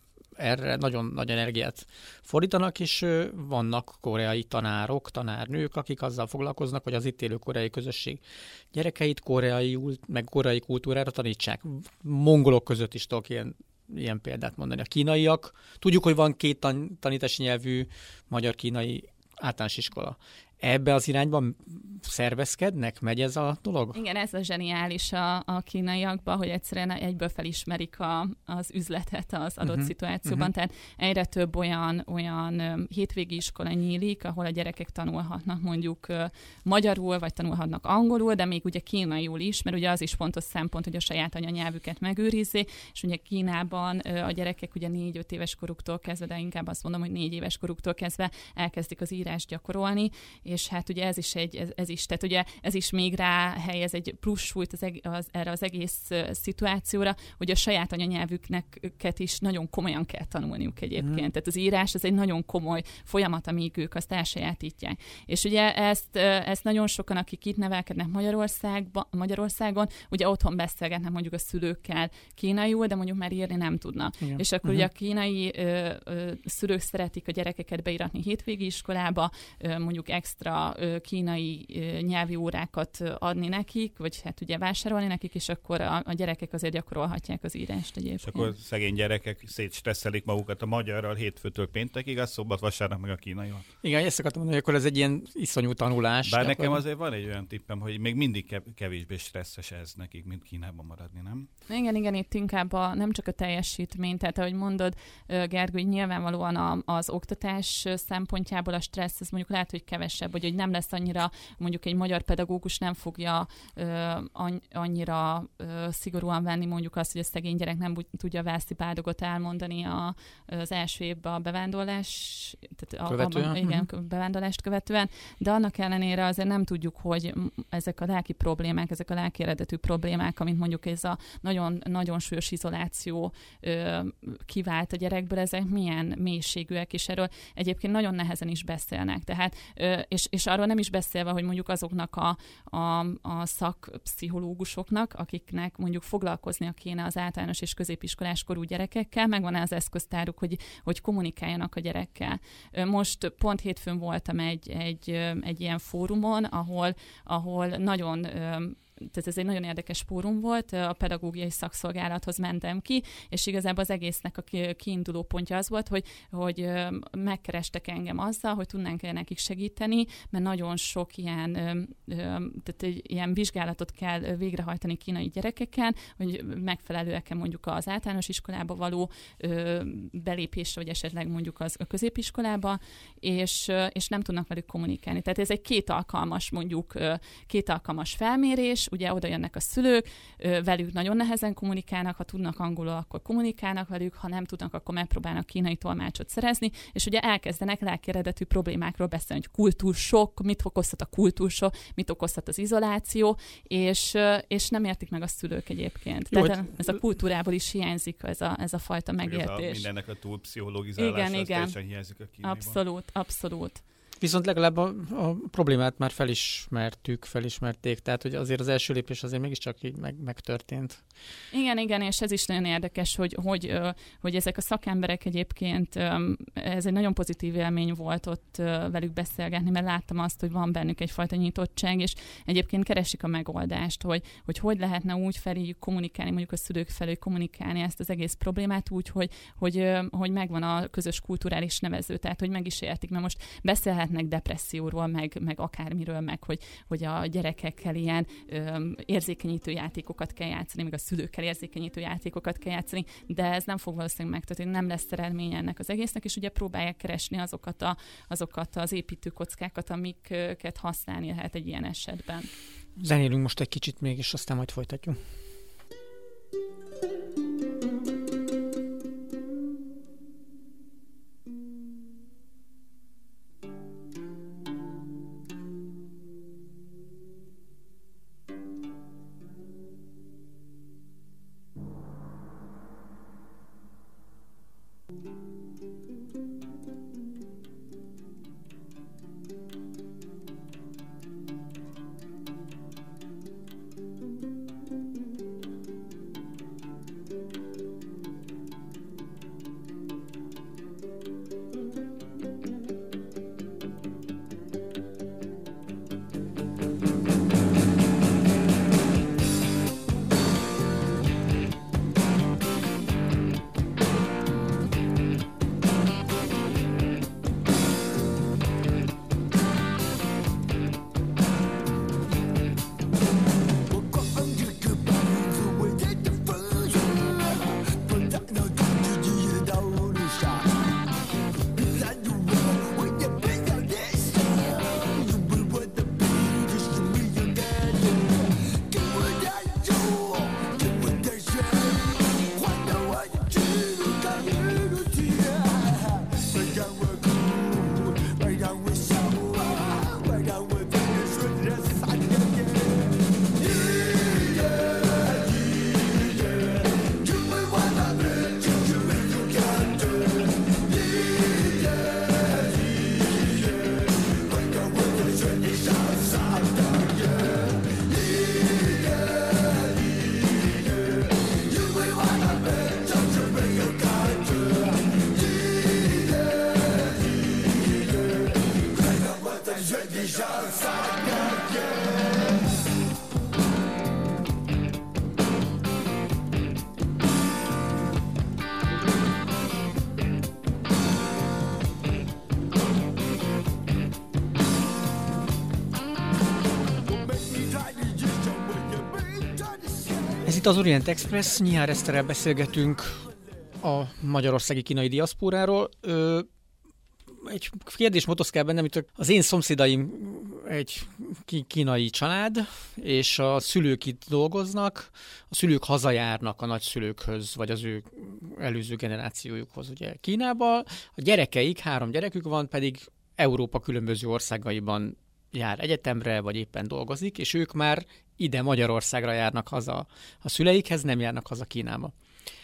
erre nagyon nagy energiát fordítanak, és vannak koreai tanárok, tanárnők, akik azzal foglalkoznak, hogy az itt élő koreai közösség gyerekeit koreaiul, meg koreai kultúrára tanítsák. Mongolok között is tudok ilyen példát mondani. A kínaiak, tudjuk, hogy van két tanítási nyelvű magyar-kínai általános iskola. Ebbe az irányban szervezkednek? Megy ez a dolog? Igen, ez a zseniális a kínaiakban, hogy egyszerűen egyből felismerik az üzletet az adott szituációban. Tehát egyre több olyan hétvégi iskola nyílik, ahol a gyerekek tanulhatnak mondjuk magyarul, vagy tanulhatnak angolul, de még ugye kínaiul is, mert ugye az is fontos szempont, hogy a saját anyanyelvüket megőrizzék, és ugye Kínában a gyerekek ugye 4-5 éves koruktól kezdve, de inkább azt mondom, hogy 4 éves koruktól kezdve elkezdik az írást gyakorolni, és hát ugye tehát ugye ez is még ráhelyez egy plusz súlyt erre az egész szituációra, hogy a saját anyanyelvüket is nagyon komolyan kell tanulniuk egyébként. Tehát az írás az egy nagyon komoly folyamat, amíg ők azt elsajátítják. És ugye ezt nagyon sokan, akik itt nevelkednek Magyarországon, ugye otthon beszélgetnek mondjuk a szülőkkel kínaiul, de mondjuk már írni nem tudnak. Igen. És akkor ugye a kínai szülők szeretik a gyerekeket beiratni hétvégi iskolába, mondjuk extra kínai nyelvi órákat adni nekik, vagy hát ugye vásárolni nekik, és akkor a gyerekek azért gyakorolhatják az írást egyébként. És akkor szegény gyerekek szétstresszelik magukat a magyarral hétfőtől péntekig, az szombat, vasárnap meg a kínaival. Igen, ezt akartam mondani, hogy akkor ez egy ilyen iszonyú tanulás. Bár nekem azért van egy olyan tippem, hogy még mindig kevésbé stresszes ez nekik, mint Kínában maradni, nem? Igen, itt inkább nem csak a teljesítmény, tehát ahogy mondod, Gergő, hogy nyilvánvalóan az oktatás szempontjából a stressz, ez mondjuk lehet, hogy kevesebb, hogy nem lesz annyira, mondjuk egy magyar pedagógus nem fogja annyira szigorúan venni mondjuk azt, hogy a szegény gyerek nem tudja a Vászi Báldogot elmondani az első évben a bevándorlás, bevándorlást követően, de annak ellenére azért nem tudjuk, hogy ezek a lelki problémák, ezek a lelki eredetű problémák, amit mondjuk ez a nagyon, nagyon súlyos izoláció kivált a gyerekből, ezek milyen mélységűek, és erről egyébként nagyon nehezen is beszélnek. Tehát, és arról nem is beszélve, hogy mondjuk azoknak a szakpszichológusoknak, akiknek mondjuk foglalkoznia kéne az általános és középiskolás korú gyerekekkel, megvan az eszköztáruk, hogy kommunikáljanak a gyerekkel. Most pont hétfőn voltam egy ilyen fórumon, ahol nagyon tehát ez egy nagyon érdekes fórum volt, a pedagógiai szakszolgálathoz mentem ki, és igazából az egésznek a kiinduló pontja az volt, hogy megkerestek engem azzal, hogy tudnánk nekik segíteni, mert nagyon sok ilyen vizsgálatot kell végrehajtani kínai gyerekeken, hogy megfelelőek-e mondjuk az általános iskolába való belépésre, vagy esetleg mondjuk a középiskolába, és nem tudnak velük kommunikálni. Tehát ez egy két alkalmas felmérés, és ugye oda jönnek a szülők, velük nagyon nehezen kommunikálnak, ha tudnak angolul, akkor kommunikálnak velük, ha nem tudnak, akkor megpróbálnak kínai tolmácsot szerezni, és ugye elkezdenek lelki eredetű problémákról beszélni, hogy kultúrsok, mit okozhat a kultúrsok, mit okozhat az izoláció, és nem értik meg a szülők egyébként. Jó, tehát ez a kultúrából is hiányzik ez a fajta megértés. Mindennek a túl pszichologizálása, az teljesen hiányzik a kínaiban. Abszolút. Viszont legalább a problémát már felismerték, tehát hogy azért az első lépés azért mégiscsak így megtörtént. Igen, és ez is nagyon érdekes, hogy ezek a szakemberek egyébként, ez egy nagyon pozitív élmény volt ott velük beszélgetni, mert láttam azt, hogy van bennük egyfajta nyitottság, és egyébként keresik a megoldást, hogy lehetne úgy feléjük kommunikálni, mondjuk a szülők felé kommunikálni ezt az egész problémát úgy, hogy megvan a közös kulturális nevező, tehát hogy meg is értik, mert most beszélhetnek depresszióról, meg akármiről, meg hogy a gyerekekkel ilyen érzékenyítő játékokat kell játszani, meg a szülőkkel érzékenyítő játékokat kell játszani, de ez nem fog valószínűleg megtörténni, nem lesz eredménye ennek az egésznek, és ugye próbálják keresni azokat az építőkockákat, amiket használni lehet egy ilyen esetben. Zenélünk most egy kicsit még, és aztán majd folytatjuk. Ez itt az Orient Express, Nyihár Eszterrel beszélgetünk a magyarországi kínai diaszpóráról. Egy kérdés motoszkál bennem, itt az én szomszédaim egy kínai család, és a szülők itt dolgoznak, a szülők hazajárnak a nagyszülőkhöz, vagy az ő előző generációjukhoz ugye Kínába. A gyerekeik, 3 gyerekük van, pedig Európa különböző országaiban jár egyetemre, vagy éppen dolgozik, és ők már ide Magyarországra járnak haza a szüleikhez, nem járnak haza Kínába.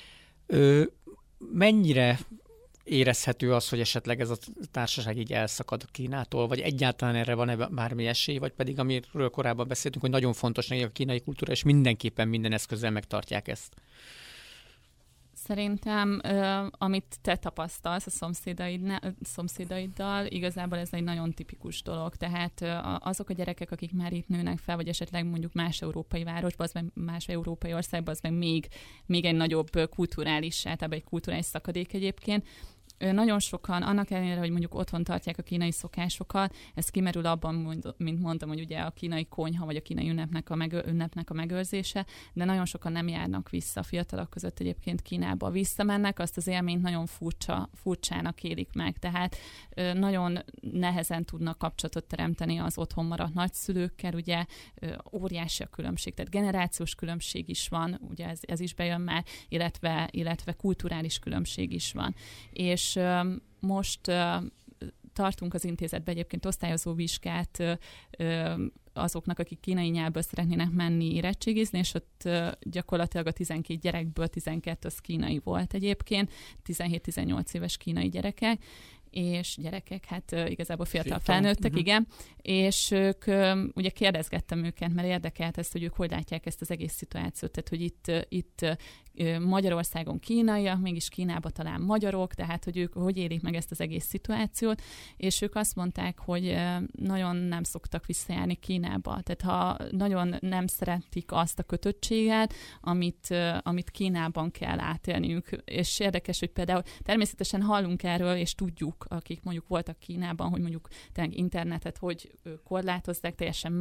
Mennyire érezhető az, hogy esetleg ez a társaság így elszakad Kínától, vagy egyáltalán erre van-e bármi esély, vagy pedig amiről korábban beszéltünk, hogy nagyon fontos neki a kínai kultúra, és mindenképpen minden eszközzel megtartják ezt? Szerintem, amit te tapasztalsz a szomszédaiddal, igazából ez egy nagyon tipikus dolog. Tehát azok a gyerekek, akik már itt nőnek fel, vagy esetleg mondjuk más európai városban, az meg más európai országban, az meg még egy nagyobb kulturális, általában egy kulturális szakadék egyébként. Nagyon sokan, annak ellenére, hogy mondjuk otthon tartják a kínai szokásokat, ez kimerül abban, mint mondtam, hogy ugye a kínai konyha, vagy a kínai ünnepnek a megőrzése, de nagyon sokan nem járnak vissza, a fiatalok között egyébként Kínába visszamennek, azt az élményt nagyon furcsának élik meg, tehát nagyon nehezen tudnak kapcsolatot teremteni az otthon maradt nagyszülőkkel, ugye óriási a különbség, tehát generációs különbség is van, ugye ez is bejön már, illetve kulturális különbség is van. És most tartunk az intézetben egyébként osztályozó vizsgát azoknak, akik kínai nyelvből szeretnének menni érettségizni, és ott gyakorlatilag a 12 gyerekből 12 az kínai volt egyébként, 17-18 éves kínai gyerekek, és gyerekek, hát igazából fiatal felnőttek, igen, és ők, ugye kérdezgettem őket, mert érdekelt ezt, hogy ők hogy látják ezt az egész szituációt, tehát hogy itt Magyarországon kínaiak, mégis Kínába talán magyarok, tehát hogy ők hogy élik meg ezt az egész szituációt, és ők azt mondták, hogy nagyon nem szoktak visszajárni Kínába, tehát ha nagyon nem szeretik azt a kötöttséget, amit Kínában kell átélniük, és érdekes, hogy például természetesen hallunk erről, és tudjuk, akik mondjuk voltak Kínában, hogy mondjuk tényleg internetet hogy korlátozzák, teljesen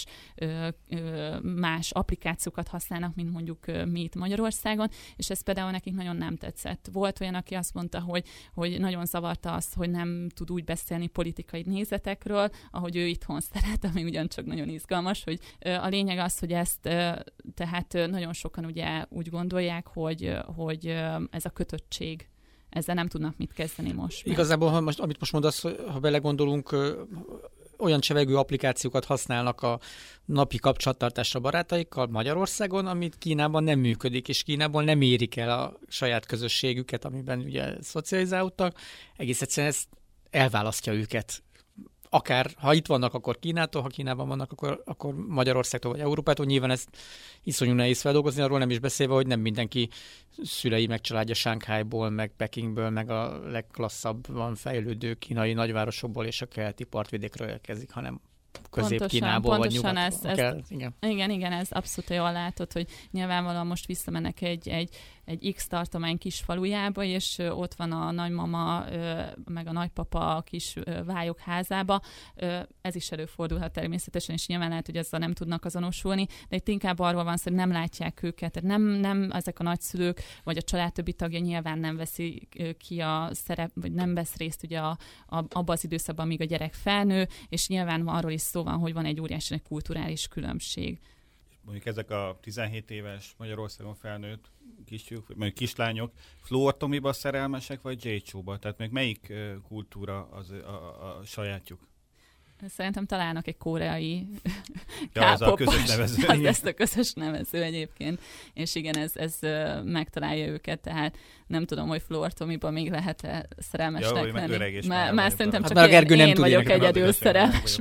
más applikációkat használnak, mint mondjuk mi itt Magyarországon, és ez például nekik nagyon nem tetszett. Volt olyan, aki azt mondta, hogy nagyon zavarta azt, hogy nem tud úgy beszélni politikai nézetekről, ahogy ő itthon szeret, ami ugyancsak nagyon izgalmas, hogy a lényeg az, hogy ezt tehát nagyon sokan ugye úgy gondolják, hogy ez a kötöttség, ezzel nem tudnak mit kezdeni most. Igazából, amit most mondasz, ha belegondolunk, olyan csevegő applikációkat használnak a napi kapcsolattartásra barátaikkal Magyarországon, amit Kínában nem működik, és Kínában nem érik el a saját közösségüket, amiben ugye szocializálódtak. Egész egyszerűen ez elválasztja őket. Akár, ha itt vannak, akkor Kínától, ha Kínában vannak, akkor Magyarországtól vagy Európától. Nyilván ezt iszonyú nehéz feldolgozni, arról nem is beszélve, hogy nem mindenki szülei meg családja Sánkhájból, meg Pekingből, meg a legklasszabban fejlődő kínai nagyvárosokból és a keleti partvidékről érkezik, hanem Közép-Kínából vagy nyugat. Igen, ez abszolút jól látod, hogy nyilvánvalóan most visszamennek egy X tartomány kis falujába, és ott van a nagymama, meg a nagypapa a kis vályok házába. Ez is előfordulhat természetesen, és nyilván lehet, hogy ezzel nem tudnak azonosulni, de itt inkább arról van szó, hogy nem látják őket, tehát nem ezek a nagyszülők, vagy a család többi tagja nyilván nem veszi ki a szerep, vagy nem vesz részt ugye abban az időszakban, míg a gyerek felnő, és nyilván arról is szó van, hogy van egy óriási egy kulturális különbség. Mondjuk ezek a 17 éves Magyarországon felnőtt kisfiúk, vagy kislányok fluortomiba szerelmesek, vagy J-Choo-ba? Tehát még melyik kultúra az a sajátjuk? Szerintem találnak egy koreai az a közös nevező. Az ezt a közös nevező egyébként. És igen, ez megtalálja őket, tehát nem tudom, hogy fluortomiba még lehet-e szerelmesnek lenni. Már szerintem csak én vagyok egyedül szerelmes.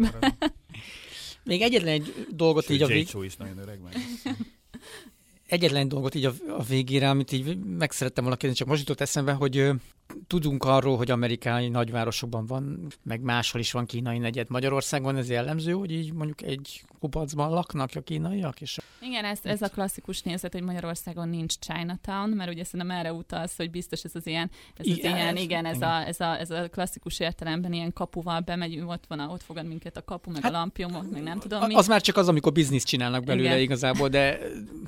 Még egyetlen egy dolgot így a J-Choo is nagyon öreg meg. Egyetlen dolgot így a végére, amit így meg szerettem volna kérdezni, csak most jutott eszembe, hogy tudunk arról, hogy amerikai nagyvárosokban van, meg máshol is van kínai negyed. Magyarországon ez jellemző, hogy így mondjuk egy kupacban laknak a kínaiak? És igen, ez a klasszikus nézet, hogy Magyarországon nincs Chinatown, mert ugye szerintem erre utalsz, hogy biztos ez az ilyen, ez a klasszikus értelemben ilyen kapuval bemegyünk, ott fogad minket a kapu, meg a lampion, meg nem tudom mi. Az már csak az, amikor bizniszt csinálnak belőle igen. Igazából, de...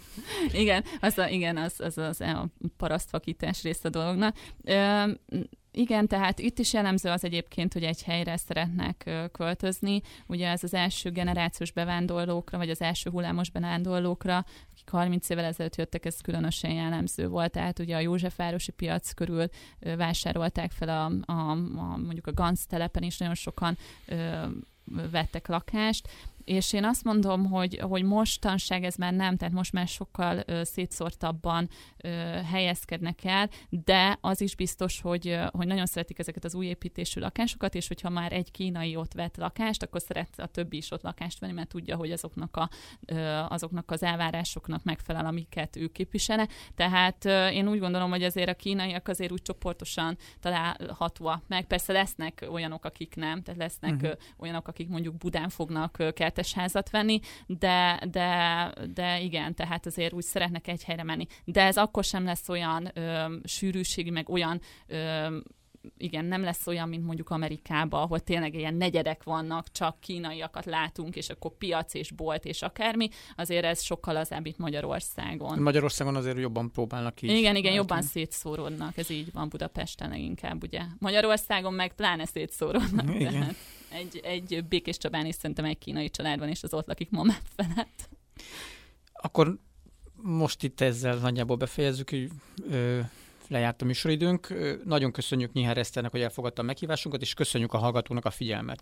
Igen, az a parasztvakítás rész a dolognak. Igen, tehát itt is jellemző az egyébként, hogy egy helyre szeretnek költözni. Ugye ez az első generációs bevándorlókra, vagy az első hullámos bevándorlókra, akik 30 évvel ezelőtt jöttek, ez különösen jellemző volt. Tehát ugye a Józsefvárosi piac körül vásárolták fel mondjuk a Ganz telepen is nagyon sokan vettek lakást, és én azt mondom, hogy mostanság ez már nem, tehát most már sokkal szétszórtabban helyezkednek el, de az is biztos, hogy nagyon szeretik ezeket az új építésű lakásokat, és hogyha már egy kínai ott vett lakást, akkor szeret a többi is ott lakást venni, mert tudja, hogy azoknak az elvárásoknak megfelel, amiket ők képviselnek. Tehát én úgy gondolom, hogy azért a kínaiak azért úgy csoportosan találhatóak meg. Persze lesznek olyanok, akik nem, tehát lesznek olyanok, akik mondjuk Budán fognak házat venni, de igen, tehát azért úgy szeretnek egy helyre menni. De ez akkor sem lesz olyan sűrűségi, meg olyan igen, nem lesz olyan, mint mondjuk Amerikában, ahol tényleg ilyen negyedek vannak, csak kínaiakat látunk, és akkor piac és bolt és akármi. Azért ez sokkal lazább itt Magyarországon. Magyarországon azért jobban próbálnak így. Igen, jobban szétszóródnak, ez így van Budapesten leginkább, ugye. Magyarországon meg pláne szétszóródnak. Igen. Egy Békés Csabán is szerintem egy kínai család van, és az ott lakik mamám felett. Akkor most itt ezzel nagyjából befejezzük, hogy lejárt a műsoridőnk. Nagyon köszönjük Nyihár Eszternek, hogy elfogadta a meghívásunkat, és köszönjük a hallgatónak a figyelmet.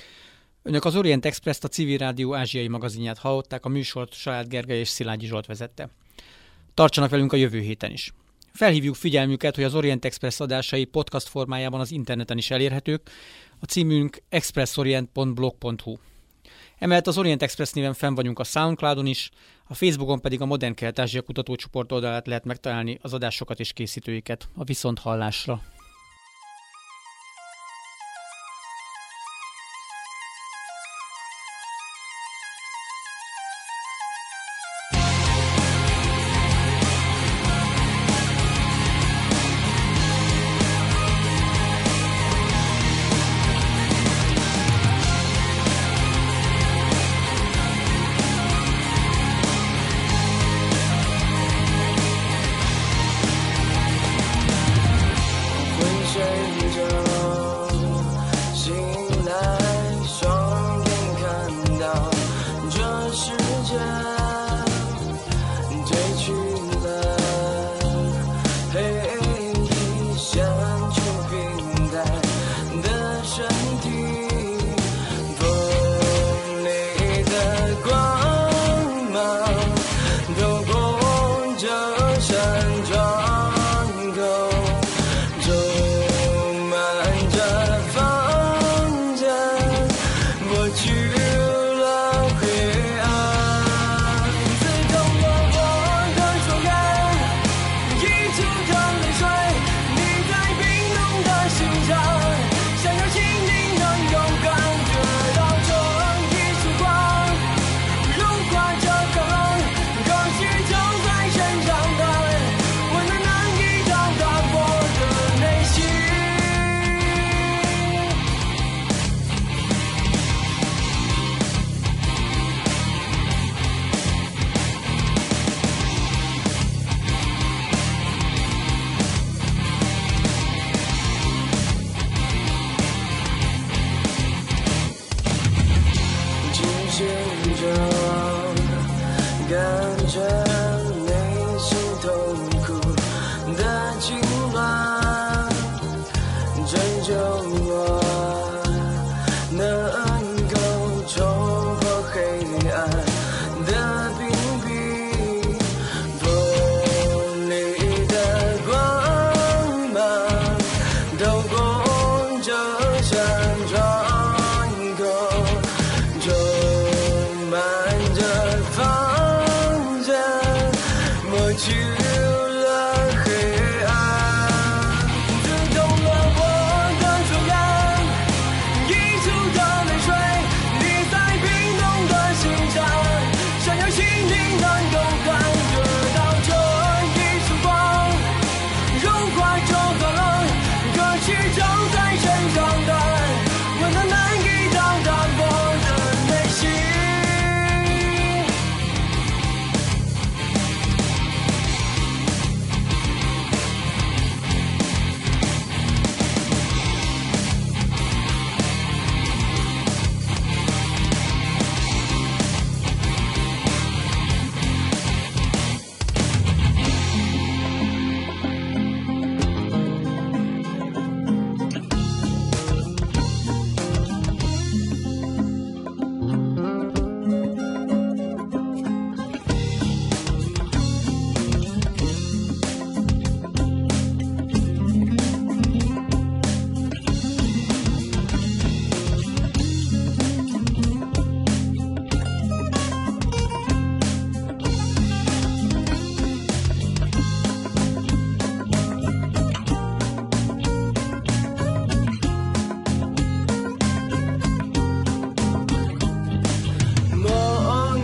Önök az Orient Express-t, a Civil Rádió ázsiai magazinját hallották, a műsort Salád Gergely és Szilágyi Zsolt vezette. Tartsanak velünk a jövő héten is. Felhívjuk figyelmüket, hogy az Orient Express adásai podcast formájában az interneten is elérhetők. A címünk expressorient.blog.hu. Emellett az Orient Express néven fenn vagyunk a SoundCloudon is, a Facebookon pedig a Modern Kelet-Ázsia kutatócsoport oldalát lehet megtalálni az adásokat és készítőiket. A viszonthallásra!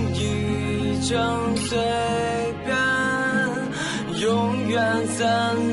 永远散